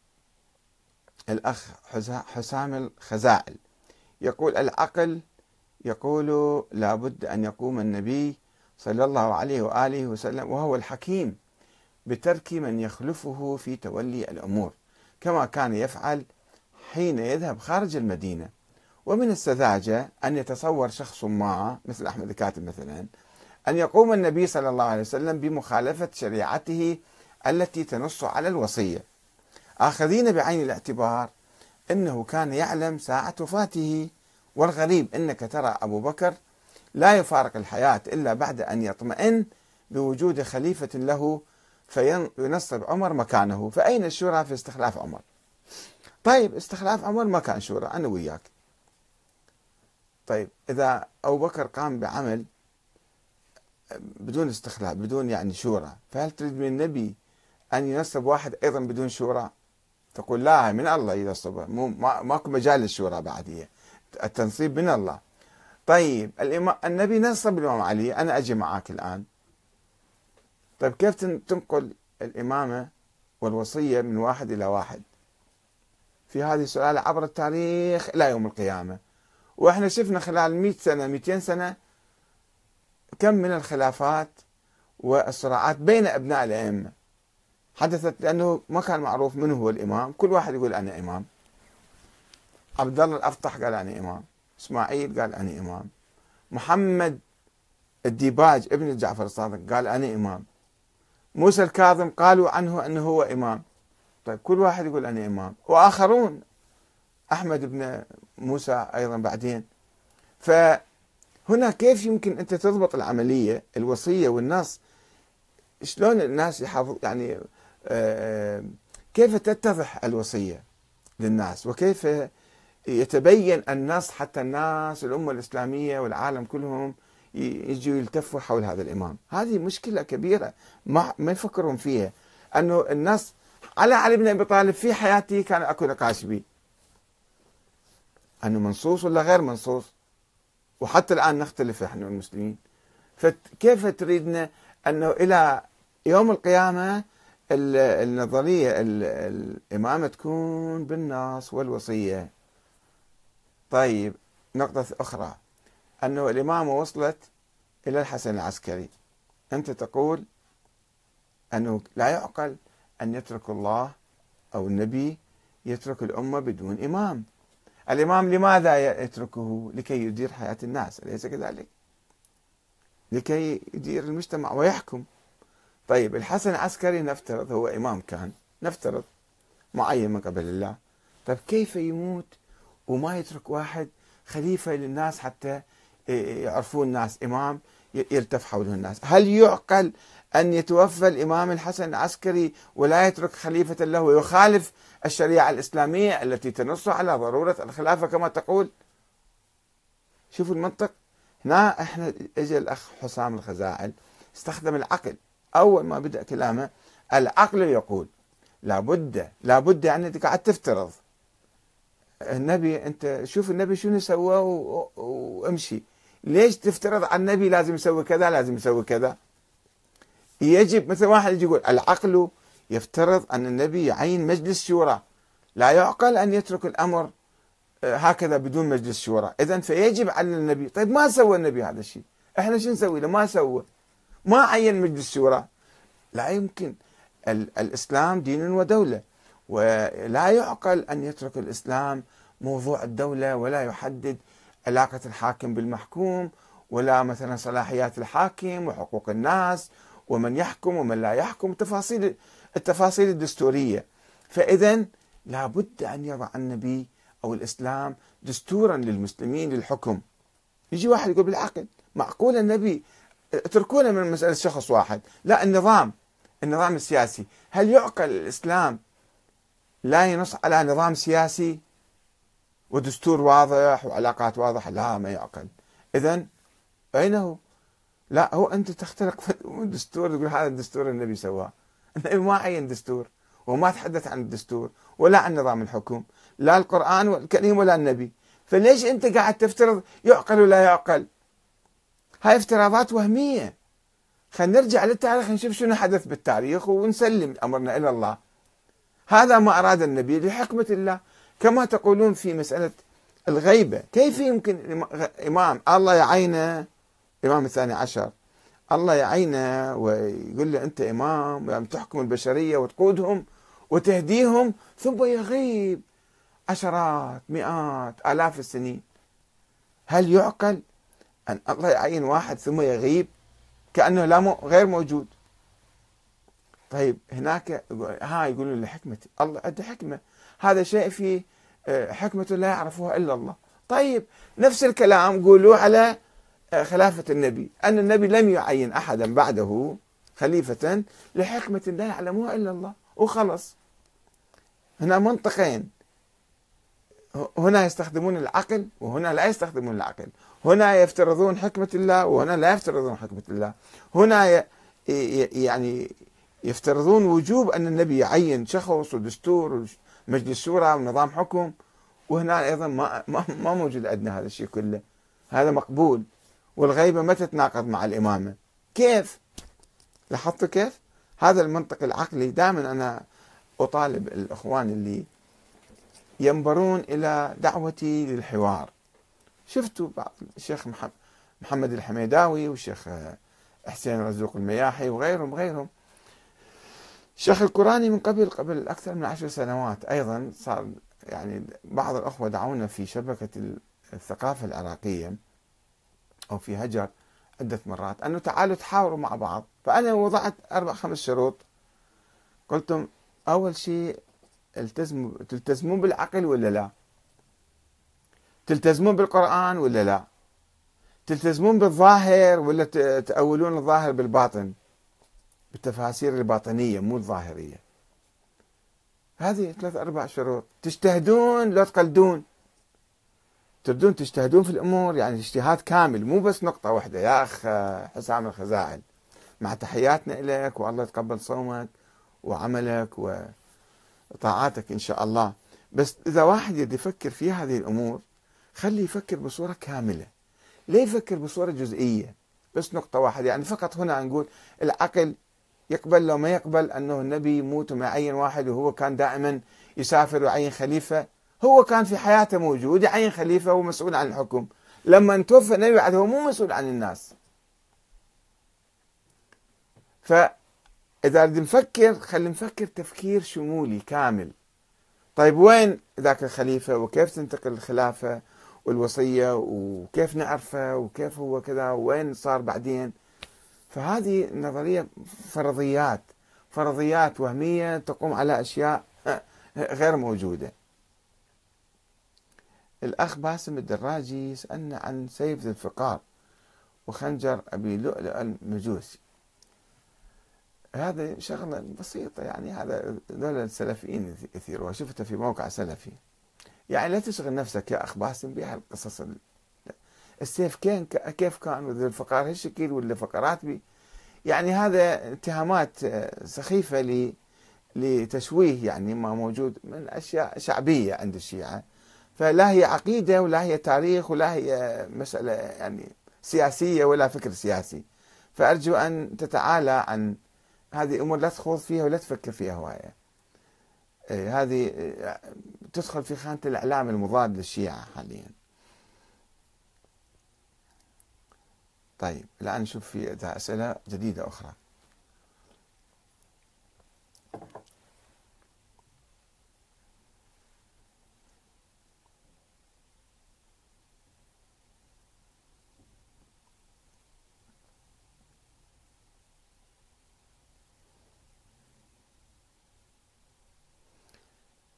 الأخ حسام الخزاعل، يقول: العقل يقول لابد أن يقوم النبي صلى الله عليه وآله وسلم وهو الحكيم بترك من يخلفه في تولي الأمور، كما كان يفعل حين يذهب خارج المدينة. ومن السذاجة أن يتصور شخص ما مثل أحمد الكاتب مثلا أن يقوم النبي صلى الله عليه وسلم بمخالفة شريعته التي تنص على الوصية، آخذين بعين الاعتبار أنه كان يعلم ساعة وفاته. والغريب أنك ترى أبو بكر لا يفارق الحياة إلا بعد أن يطمئن بوجود خليفة له فينصب عمر مكانه. فأين الشورى في استخلاف عمر؟ طيب استخلاف عمر ما كان شورى، أنا وياك. طيب إذا أبو بكر قام بعمل بدون استخلاف، بدون يعني شورى، فهل تريد من النبي أن ينصب واحد أيضا بدون شورى؟ تقول لا، من الله ينصبه، مو ماكو مجال للشورى بعد، هي التنصيب من الله. طيب الإمام النبي نصب الإمام علي، أنا أجي معاك الآن. طيب كيف تنقل الإمامة والوصية من واحد إلى واحد؟ في هذه سؤال عبر التاريخ إلى يوم القيامة، وإحنا شفنا خلال مئة سنة مئتين سنة كم من الخلافات والصراعات بين أبناء الأئمة حدثت، لأنه ما كان معروف من هو الإمام، كل واحد يقول أنا إمام. عبد الله الأفطح قال أنا إمام، إسماعيل قال أنا إمام، محمد الديباج ابن جعفر الصادق قال أنا إمام، موسى الكاظم قالوا عنه أنه هو إمام. طيب كل واحد يقول أنا إمام، وآخرون، أحمد بن موسى أيضا بعدين. فهنا كيف يمكن أنت تضبط العملية الوصية والنص؟ شلون الناس يحافظ يعني كيف تتضح الوصية للناس، وكيف يتبين النص حتى الناس الأمة الإسلامية والعالم كلهم يجوا يلتفوا حول هذا الإمام؟ هذه مشكلة كبيرة ما ما يفكرون فيها، أنه النص على علي بن أبي طالب في حياته كان أكو نقاش به أنه منصوص ولا غير منصوص، وحتى الآن نختلف نحن المسلمين. فكيف تريدنا أنه إلى يوم القيامة النظرية الإمامة تكون بالنص والوصية؟ طيب نقطة أخرى، أنه الإمامة وصلت إلى الحسن العسكري، أنت تقول أنه لا يعقل أن يترك الله أو النبي يترك الأمة بدون إمام. الإمام لماذا يتركه؟ لكي يدير حياة الناس، أليس كذلك؟ لكي يدير المجتمع ويحكم. طيب الحسن العسكري نفترض هو إمام كان، نفترض معين من قبل الله، طيب كيف يموت وما يترك واحد خليفة للناس حتى يعرفون الناس إمام يلتف حوله الناس؟ هل يعقل أن يتوفى الإمام الحسن العسكري ولا يترك خليفة له ويخالف الشريعة الإسلامية التي تنص على ضرورة الخلافة كما تقول؟ شوفوا المنطق. هنا احنا اجى الأخ حسام الخزاعل استخدم العقل، أول ما بدأ كلامه العقل يقول لابد لابد، يعني أنت قاعد تفترض النبي، أنت شوف النبي شنو سوى وامشي، ليش تفترض على النبي لازم يسوي كذا لازم يسوي كذا؟ يجب مثل واحد يجي يقول العقل يفترض أن النبي يعين مجلس شورى، لا يعقل أن يترك الأمر هكذا بدون مجلس شورى، إذن فيجب على النبي. طيب ما سوى النبي هذا الشيء، احنا شو نسوي له؟ ما سوى، ما عين مجلس شورى، لا يمكن. ال الإسلام دين ودولة، ولا يعقل أن يترك الإسلام موضوع الدولة ولا يحدد علاقة الحاكم بالمحكوم، ولا مثلا صلاحيات الحاكم وحقوق الناس ومن يحكم ومن لا يحكم، تفاصيل التفاصيل الدستورية. فإذا لابد أن يضع النبي أو الإسلام دستورا للمسلمين للحكم. يجي واحد يقول بالعقل معقول النبي، اتركونا من مسألة شخص واحد، لا النظام، النظام السياسي. هل يعقل الإسلام لا ينص على نظام سياسي ودستور واضح وعلاقات واضحة؟ لا، ما يعقل. إذن أين هو؟ لا، هو أنت تخترق الدستور تقول هذا الدستور النبي سواه. النبي ما عين دستور وما تحدث عن الدستور ولا عن نظام الحكم، لا القرآن الكريم ولا النبي. فليش أنت قاعد تفترض يعقل ولا يعقل؟ هاي افتراضات وهمية. خلينا نرجع للتاريخ نشوف شنو حدث بالتاريخ ونسلم أمرنا إلى الله. هذا ما أراد النبي لحكمة الله. كما تقولون في مسألة الغيبة، كيف يمكن إمام الله يعينه، إمام الثاني عشر الله يعينه ويقول له أنت إمام تحكم البشرية وتقودهم وتهديهم، ثم يغيب عشرات مئات آلاف السنين؟ هل يعقل أن الله يعين واحد ثم يغيب كأنه لا مو غير موجود؟ طيب هناك ها يقولون لحكمة الله، عنده حكمة، هذا شيء فيه حكمة لا يعرفها إلا الله. طيب نفس الكلام قولوا على خلافة النبي، أن النبي لم يعين أحدا بعده خليفة لحكمة لا يعلمها إلا الله وخلص. هنا منطقين، هنا يستخدمون العقل وهنا لا يستخدمون العقل، هنا يفترضون حكمة الله وهنا لا يفترضون حكمة الله، هنا يعني يفترضون وجوب أن النبي يعين شخص ودستور ومجلس شورى ونظام حكم، وهنا أيضا ما, ما, ما موجود عندنا هذا الشيء كله. هذا مقبول. والغيبة ما تتناقض مع الإمامة. كيف؟ لاحظتوا كيف؟ هذا المنطق العقلي. دائما أنا أطالب الإخوان اللي ينبرون إلى دعوتي للحوار. شفتوا بعض الشيخ محمد الحميداوي والشيخ حسين رزوق المياحي وغيرهم غيرهم. الشيخ القراني من قبل قبل أكثر من عشر سنوات أيضا صار يعني بعض الأخوة دعونا في شبكة الثقافة العراقية أو في هجر عدة مرات أنه تعالوا تحاوروا مع بعض. فأنا وضعت أربع خمس شروط. قلتم أول شيء التزموا تلتزمون بالعقل ولا لا؟ تلتزمون بالقرآن ولا لا؟ تلتزمون بالظاهر ولا تأولون الظاهر بالباطن، بالتفاسير الباطنية مو الظاهرية؟ هذه ثلاث أربع شروط. تجتهدون لا تقلدون. تبدون تجتهدون في الأمور يعني اجتهاد كامل، مو بس نقطة واحدة. يا أخ حسام الخزاعل، مع تحياتنا لك والله يتقبل صومك وعملك وطاعاتك إن شاء الله، بس إذا واحد يدي يفكر في هذه الأمور خليه يفكر بصورة كاملة، ليه يفكر بصورة جزئية بس نقطة واحدة؟ يعني فقط هنا نقول العقل يقبل لو ما يقبل أنه النبي يموت وما يعين واحد، وهو كان دائما يسافر ويعين خليفة. هو كان في حياته موجود يعين خليفة ومسؤول عن الحكم، لما توفى النبي بعد هو مو مسؤول عن الناس. فإذا بدنا نفكر خلينا نفكر تفكير شمولي كامل. طيب وين ذاك الخليفة وكيف تنتقل الخلافة والوصية وكيف نعرفه وكيف هو كذا وين صار بعدين؟ فهذه نظرية فرضيات فرضيات وهمية تقوم على أشياء غير موجودة. الأخ باسم الدراجي يسألنا عن سيف ذي الفقار وخنجر أبي لؤلؤ المجوسي. هذا شغلة بسيطة يعني، هذا ذولا السلفيين يثيروها، شفتها في موقع سلفي. يعني لا تشغل نفسك يا أخ باسم بهالقصص. السيف كين كيف كان وذي الفقار هالشكل ولا فقرات بي، يعني هذا اتهامات سخيفة ل لتشويه يعني ما موجود من أشياء شعبية عند الشيعة. فلا هي عقيدة ولا هي تاريخ ولا هي مسألة يعني سياسية ولا فكر سياسي. فأرجو أن تتعالى عن هذه الأمور، لا تخوض فيها ولا تفكر فيها هواية. هذه تدخل في خانة الإعلام المضاد للشيعة حاليا. طيب الآن نشوف في أسئلة جديدة أخرى.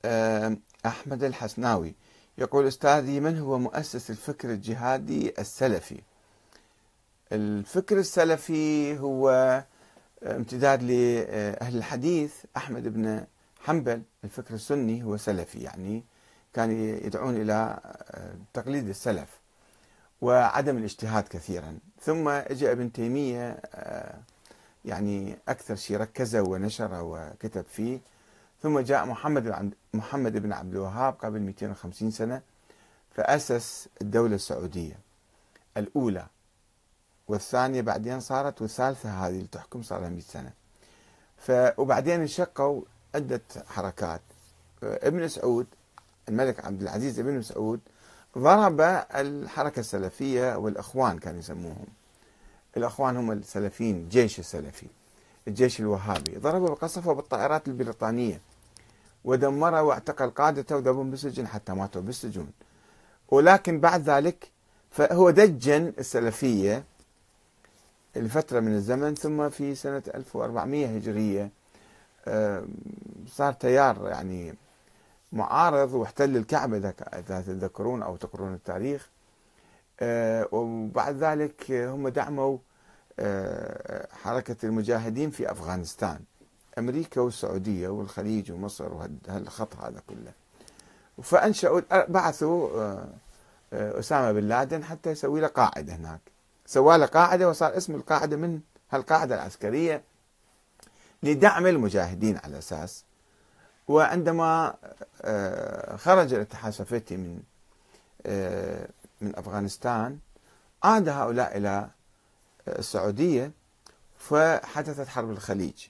آه، أحمد الحسناوي يقول: أستاذي، من هو مؤسس الفكر الجهادي السلفي؟ الفكر السلفي هو امتداد لأهل الحديث. أحمد بن حنبل الفكر السني هو سلفي، يعني كان يدعون إلى تقليد السلف وعدم الاجتهاد كثيرا. ثم اجى ابن تيمية، يعني أكثر شيء ركزه ونشره وكتب فيه. ثم جاء محمد محمد بن عبد الوهاب قبل مئتين وخمسين سنة، فأسس الدولة السعودية الأولى والثانية، بعدين صارت، والثالثة هذه اللي تحكم صار لها مئة سنة. ف وبعدين انشقوا عدة حركات. ابن سعود، الملك عبد العزيز ابن سعود، ضرب الحركة السلفية والإخوان كانوا يسموهم. الإخوان هم السلفيين، الجيش السلفي، الجيش الوهابي، ضربوا وقصفوا بالطائرات البريطانية ودمروا واعتقل قادته وذبهم بالسجن حتى ماتوا بالسجون. ولكن بعد ذلك فهو دجن السلفية لفترة من الزمن، ثم في سنة ألف وأربعمئة هجرية صار تيار يعني معارض واحتل الكعبة، إذا تتذكرون أو تقرون التاريخ. وبعد ذلك هم دعموا حركة المجاهدين في أفغانستان، أمريكا والسعودية والخليج ومصر وهالخط هذا كله. فأنشأوا، بعثوا أسامة بن لادن حتى يسوي له قاعدة هناك، سوى له قاعدة وصار اسم القاعدة من هالقاعدة العسكرية لدعم المجاهدين على أساس. وعندما خرج الاتحاد السوفيتي من من أفغانستان، عاد هؤلاء إلى السعودية، فحدثت حرب الخليج،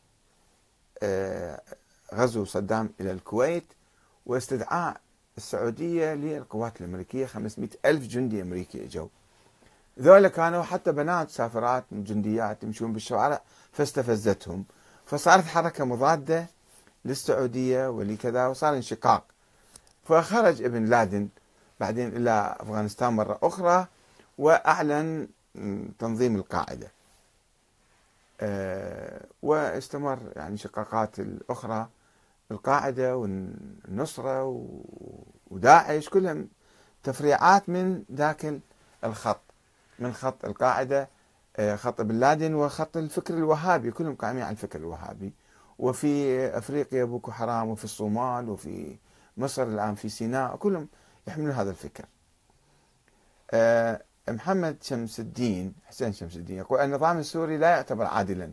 غزو صدام إلى الكويت واستدعاء السعودية للقوات الأمريكية. خمسمئة ألف جندي أمريكي اجوا، ذولا كانوا حتى بنات سافرات من جنديات يمشون بالشوارع فاستفزتهم، فصارت حركة مضادة للسعودية ولكذا، وصار انشقاق. فخرج ابن لادن بعدين إلى أفغانستان مرة أخرى وأعلن تنظيم القاعدة، واستمر يعني شقاقات الأخرى، القاعدة والنصرة وداعش، كلهم تفريعات من ذاك الخط، من خط القاعدة، خط بن لادن وخط الفكر الوهابي، كلهم قائمين على الفكر الوهابي. وفي أفريقيا بوكو حرام، وفي الصومال، وفي مصر الآن في سيناء، كلهم يحملون هذا الفكر. محمد شمس الدين حسين شمس الدين يقول: النظام السوري لا يعتبر عادلا،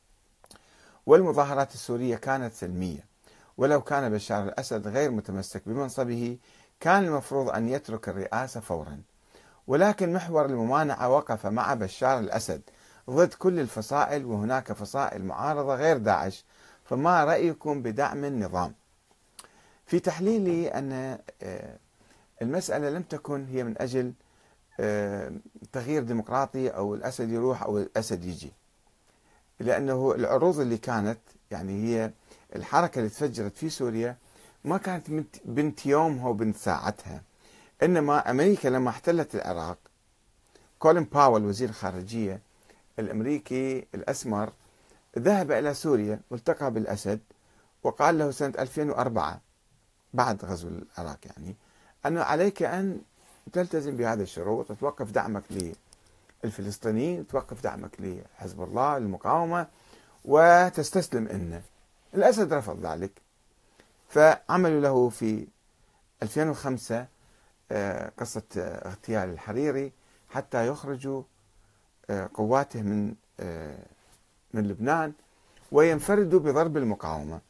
والمظاهرات السورية كانت سلمية، ولو كان بشار الأسد غير متمسك بمنصبه كان المفروض أن يترك الرئاسة فورا، ولكن محور الممانعة وقف مع بشار الأسد ضد كل الفصائل، وهناك فصائل معارضة غير داعش، فما رأيكم بدعم النظام؟ في تحليلي أن المسألة لم تكن هي من أجل تغيير ديمقراطي أو الأسد يروح أو الأسد يجي، لأنه العروض اللي كانت، يعني هي الحركة اللي تفجرت في سوريا ما كانت بنت يومها وبنت ساعتها. إنما أمريكا لما احتلت العراق، كولين باول وزير الخارجية الأمريكي الأسمر ذهب إلى سوريا والتقى بالأسد وقال له سنة ألفين وأربعة بعد غزو العراق، يعني أنه عليك أن تلتزم بهذه الشروط، وتوقف دعمك للفلسطينيين، توقف دعمك لحزب الله المقاومة، وتستسلم. إنه الأسد رفض ذلك، فعملوا له في ألفين وخمسة قصة اغتيال الحريري حتى يخرجوا قواته من من لبنان وينفردوا بضرب المقاومة.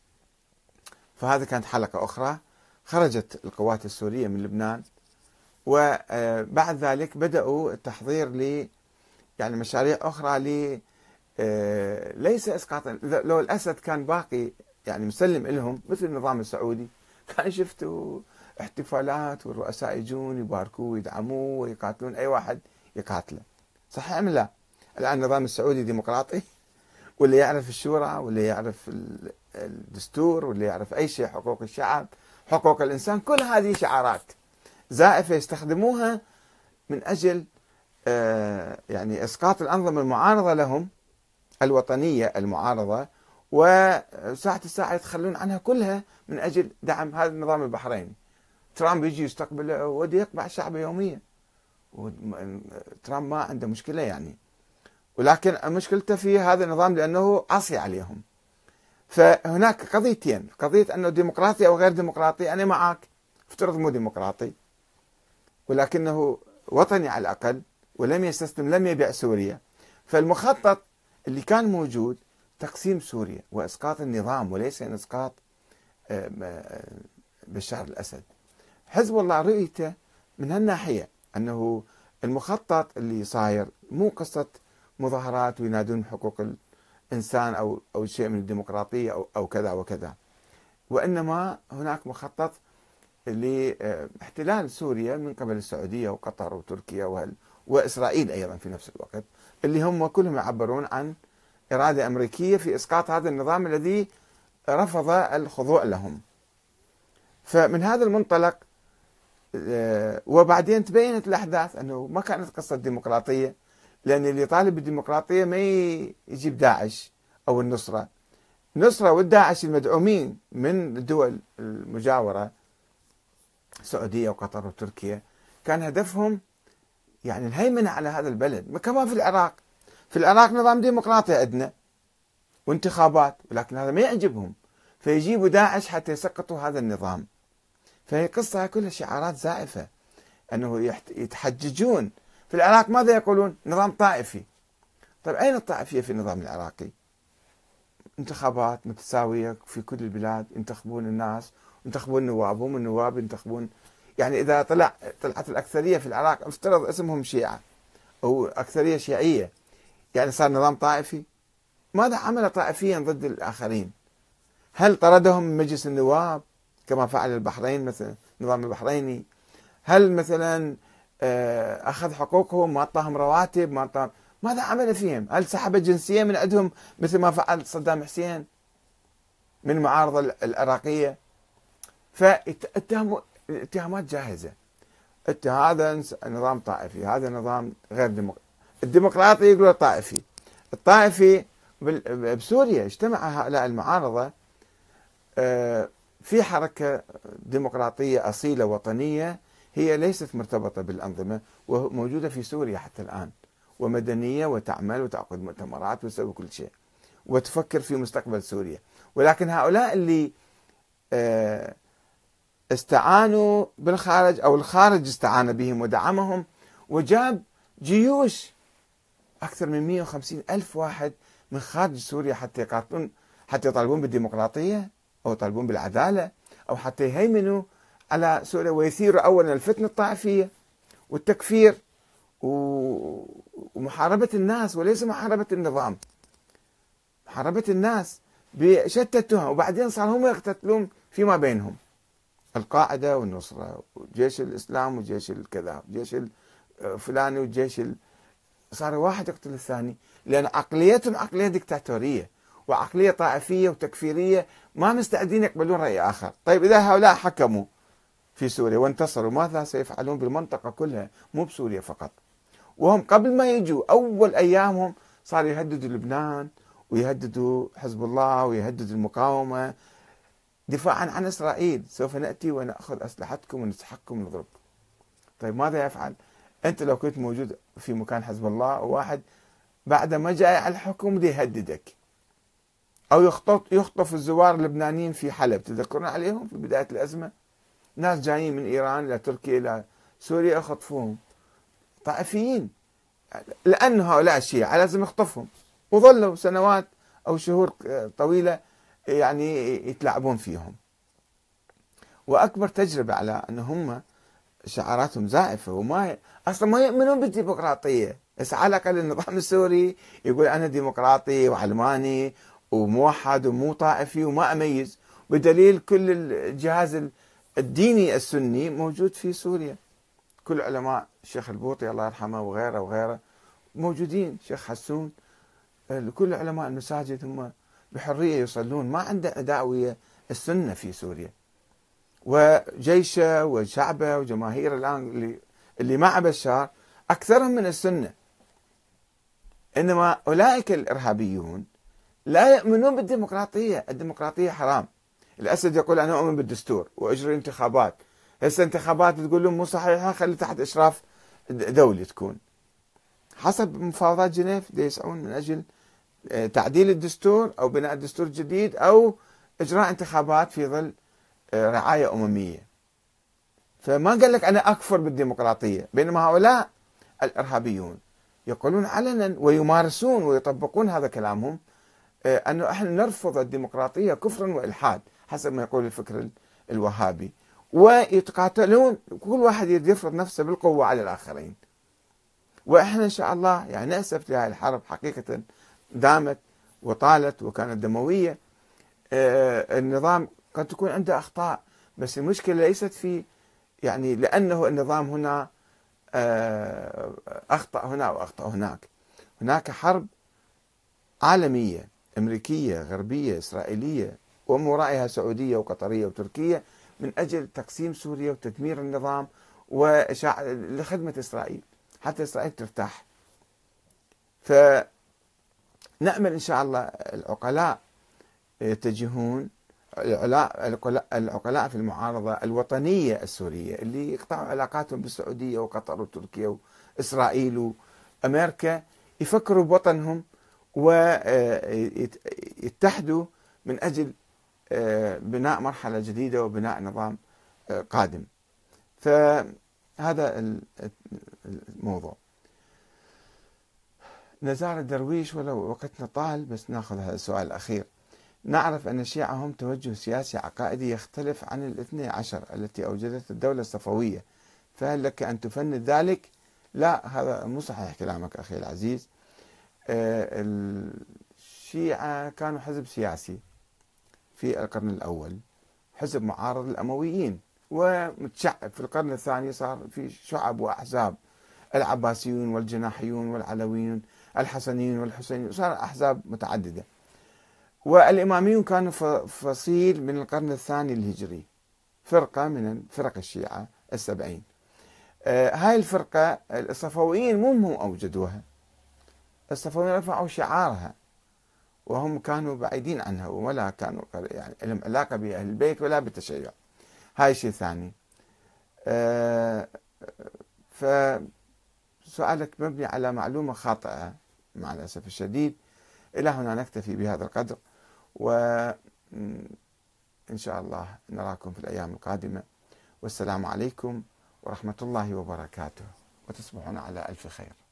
فهذا كانت حلقة أخرى. خرجت القوات السورية من لبنان، وبعد ذلك بدأوا التحضير ل يعني مشاريع أخرى ل ليس إسقاط. لو الأسد كان باقي يعني مسلم لهم مثل النظام السعودي، كان شفتوا احتفالات والرؤساء يجون يباركوه ويدعموه ويقاتلون أي واحد يقاتله. صحيح أم لا؟ الآن النظام السعودي ديمقراطي، واللي يعرف الشورى، واللي يعرف الدستور، واللي يعرف أي شيء، حقوق الشعب، حقوق الإنسان، كل هذه شعارات زائفة يستخدموها من أجل يعني إسقاط الأنظمة المعارضة لهم، الوطنية المعارضة، وساعة الساعة يتخلون عنها كلها من أجل دعم هذا النظام البحريني. ترامب يجي يستقبله ودي يقبع الشعب يوميا، ترامب ما عنده مشكلة يعني، ولكن مشكلته في هذا النظام لأنه عصي عليهم. فهناك قضيتين، قضية أنه ديمقراطي أو غير ديمقراطي، أنا معك، افترض مو ديمقراطي ولكنه وطني على الأقل ولم يستسلم، لم يبيع سوريا. فالمخطط اللي كان موجود تقسيم سوريا وإسقاط النظام وليس إسقاط بشار الأسد. حزب الله رؤيته من هالناحية أنه المخطط اللي صاير مو قصة مظاهرات وينادون حقوق الإنسان أو أو شيء من الديمقراطية أو أو كذا وكذا، وإنما هناك مخطط لاحتلال سوريا من قبل السعودية وقطر وتركيا وإسرائيل أيضا في نفس الوقت، اللي هم كلهم يعبرون عن إرادة أمريكية في إسقاط هذا النظام الذي رفض الخضوع لهم. فمن هذا المنطلق وبعدين تبينت الأحداث أنه ما كانت قصة ديمقراطية، لأن اللي يطالب بالديمقراطية ما يجيب داعش أو النصرة. النصرة والداعش المدعومين من الدول المجاورة السعودية وقطر وتركيا كان هدفهم يعني الهيمنة على هذا البلد، كما في العراق. في العراق نظام ديمقراطي عندنا وانتخابات، ولكن هذا ما يعجبهم فيجيبوا داعش حتى يسقطوا هذا النظام. فهي قصة كلها شعارات زائفة، أنه يتحججون. في العراق ماذا يقولون؟ نظام طائفي. طيب أين الطائفية في النظام العراقي؟ انتخابات متساوية في كل البلاد، ينتخبون الناس، ينتخبون نوابهم، النواب ينتخبون. يعني إذا طلع طلعت الأكثرية في العراق افترض اسمهم شيعة أو أكثرية شيعية، يعني صار نظام طائفي. ماذا عمل طائفيا ضد الآخرين؟ هل طردهم من مجلس النواب كما فعل البحرين مثلا النظام البحريني؟ هل مثلا أخذ حقوقهم، ما أعطاهم رواتب، ما أعطاهم؟ ماذا عمل فيهم؟ هل سحب الجنسية من عندهم مثل ما فعل صدام حسين من المعارضة العراقية؟ فاتهموا اتهامات جاهزة. هذا نظام طائفي، هذا نظام غير ديمقراطي. الديمقراطي يقولوا طائفي. الطائفي بسوريا اجتمع هؤلاء المعارضة في حركة ديمقراطية أصيلة وطنية، هي ليست مرتبطة بالأنظمة وموجودة في سوريا حتى الآن، ومدنية وتعمل وتعقد مؤتمرات وتسوي كل شيء وتفكر في مستقبل سوريا. ولكن هؤلاء اللي استعانوا بالخارج أو الخارج استعان بهم ودعمهم وجاب جيوش أكثر من مئة وخمسين ألف واحد من خارج سوريا حتى يقاتلون، حتى يطالبون بالديمقراطية أو يطالبون بالعدالة أو حتى يهيمنوا على سوريا ويثيروا أولا الفتنة الطائفية والتكفير ومحاربة الناس وليس محاربة النظام، محاربة الناس بشتى التهم. وبعدين صار هم يقتتلون فيما بينهم، القاعدة والنصرة وجيش الإسلام وجيش الكذا وجيش الفلاني وجيش ال... صار واحد يقتل الثاني، لأن عقليتهم عقلية ديكتاتورية وعقلية طائفية وتكفيرية، ما مستعدين يقبلون رأي آخر. طيب إذا هؤلاء حكموا في سوريا وانتصروا، ماذا سيفعلون بالمنطقة كلها مو بسوريا فقط؟ وهم قبل ما يجوا أول أيامهم صار يهددوا لبنان ويهددوا حزب الله ويهددوا المقاومة دفاعا عن إسرائيل، سوف نأتي ونأخذ أسلحتكم ونسحقكم ونضربكم. طيب ماذا يفعل؟ أنت لو كنت موجود في مكان حزب الله وواحد بعد ما جاء على الحكم دي يهددك، أو يخطف يخطف الزوار اللبنانيين في حلب، تذكرون عليهم في بداية الأزمة، ناس جايين من إيران إلى تركيا إلى سوريا يخطفوهم، طائفيين، لأن هؤلاء الشيعة لازم يخطفهم، وظلوا سنوات أو شهور طويلة يعني يتلاعبون فيهم. وأكبر تجربة على أن هم شعاراتهم زائفة وما أصلا ما يؤمنون بالديمقراطية. بس على الأقل النظام السوري يقول أنا ديمقراطي وعلماني وموحد ومو طائفي وما أميز، بدليل كل الجهاز الديني السني موجود في سوريا، كل علماء الشيخ البوطي الله يرحمه وغيره وغيره موجودين، شيخ حسون، كل علماء المساجد هم بحرية يصلون، ما عنده عداوية السنة في سوريا. وجيشه وشعبه وجماهير الآن اللي, اللي مع بشار أكثرهم من السنة. إنما أولئك الإرهابيون لا يؤمنون بالديمقراطية. الديمقراطية حرام. الأسد يقول أنا أؤمن بالدستور وأجري انتخابات. هسه انتخابات تقول لهم مو صحيحة، خلي تحت إشراف دولي تكون حسب مفاوضات جنيف، يسعون من أجل تعديل الدستور أو بناء دستور جديد أو إجراء انتخابات في ظل رعاية أممية. فما قال لك أنا أكفر بالديمقراطية، بينما هؤلاء الإرهابيون يقولون علنا ويمارسون ويطبقون هذا كلامهم أنه إحنا نرفض الديمقراطية كفرا وإلحاد حسب ما يقول الفكر الوهابي، ويتقاتلون كل واحد يفرض نفسه بالقوة على الآخرين. وإحنا إن شاء الله يعني نأسف لهذه الحرب، حقيقة دامت وطالت وكانت دموية. النظام قد تكون عنده أخطاء، بس المشكلة ليست في يعني لأنه النظام هنا أخطأ هنا أو أخطأ هناك. هناك حرب عالمية أمريكية غربية إسرائيلية ومن ورائها سعودية وقطرية وتركية من أجل تقسيم سوريا وتدمير النظام ولخدمة إسرائيل حتى إسرائيل ترتاح. فنأمل إن شاء الله العقلاء يتجهون، العقلاء في المعارضة الوطنية السورية اللي يقطعوا علاقاتهم بالسعودية وقطر وتركيا وإسرائيل وأمريكا، يفكروا بوطنهم ويتحدوا من أجل بناء مرحلة جديدة وبناء نظام قادم. فهذا الموضوع. نزار الدرويش، ولو وقتنا طال بس ناخذ هذا السؤال الأخير. نعرف أن الشيعة هم توجه سياسي عقائدي يختلف عن الاثني عشر التي أوجدت الدولة الصفوية، فهل لك أن تفند ذلك؟ لا، هذا مو صحيح كلامك أخي العزيز. الشيعة كانوا حزب سياسي في القرن الأول، حزب معارض للأمويين، ومتشعب في القرن الثاني صار في شعب وأحزاب، العباسيون والجناحيون والعلويون الحسنيون والحسينيون، صار أحزاب متعددة. والإماميون كانوا فصيل من القرن الثاني الهجري، فرقة من فرق الشيعة السبعين. آه هاي الفرقة الصفويين مو هم أوجدوها، الصفويين رفعوا شعارها وهم كانوا بعيدين عنها ولا كانوا يعني لهم علاقة بأهل البيت ولا بالتشيع. هاي شيء ثاني. آه فسؤالك مبني على معلومة خاطئة مع الأسف الشديد. إلى هنا نكتفي بهذا القدر، وإن شاء الله نراكم في الأيام القادمة، والسلام عليكم ورحمة الله وبركاته، وتصبحون على ألف خير.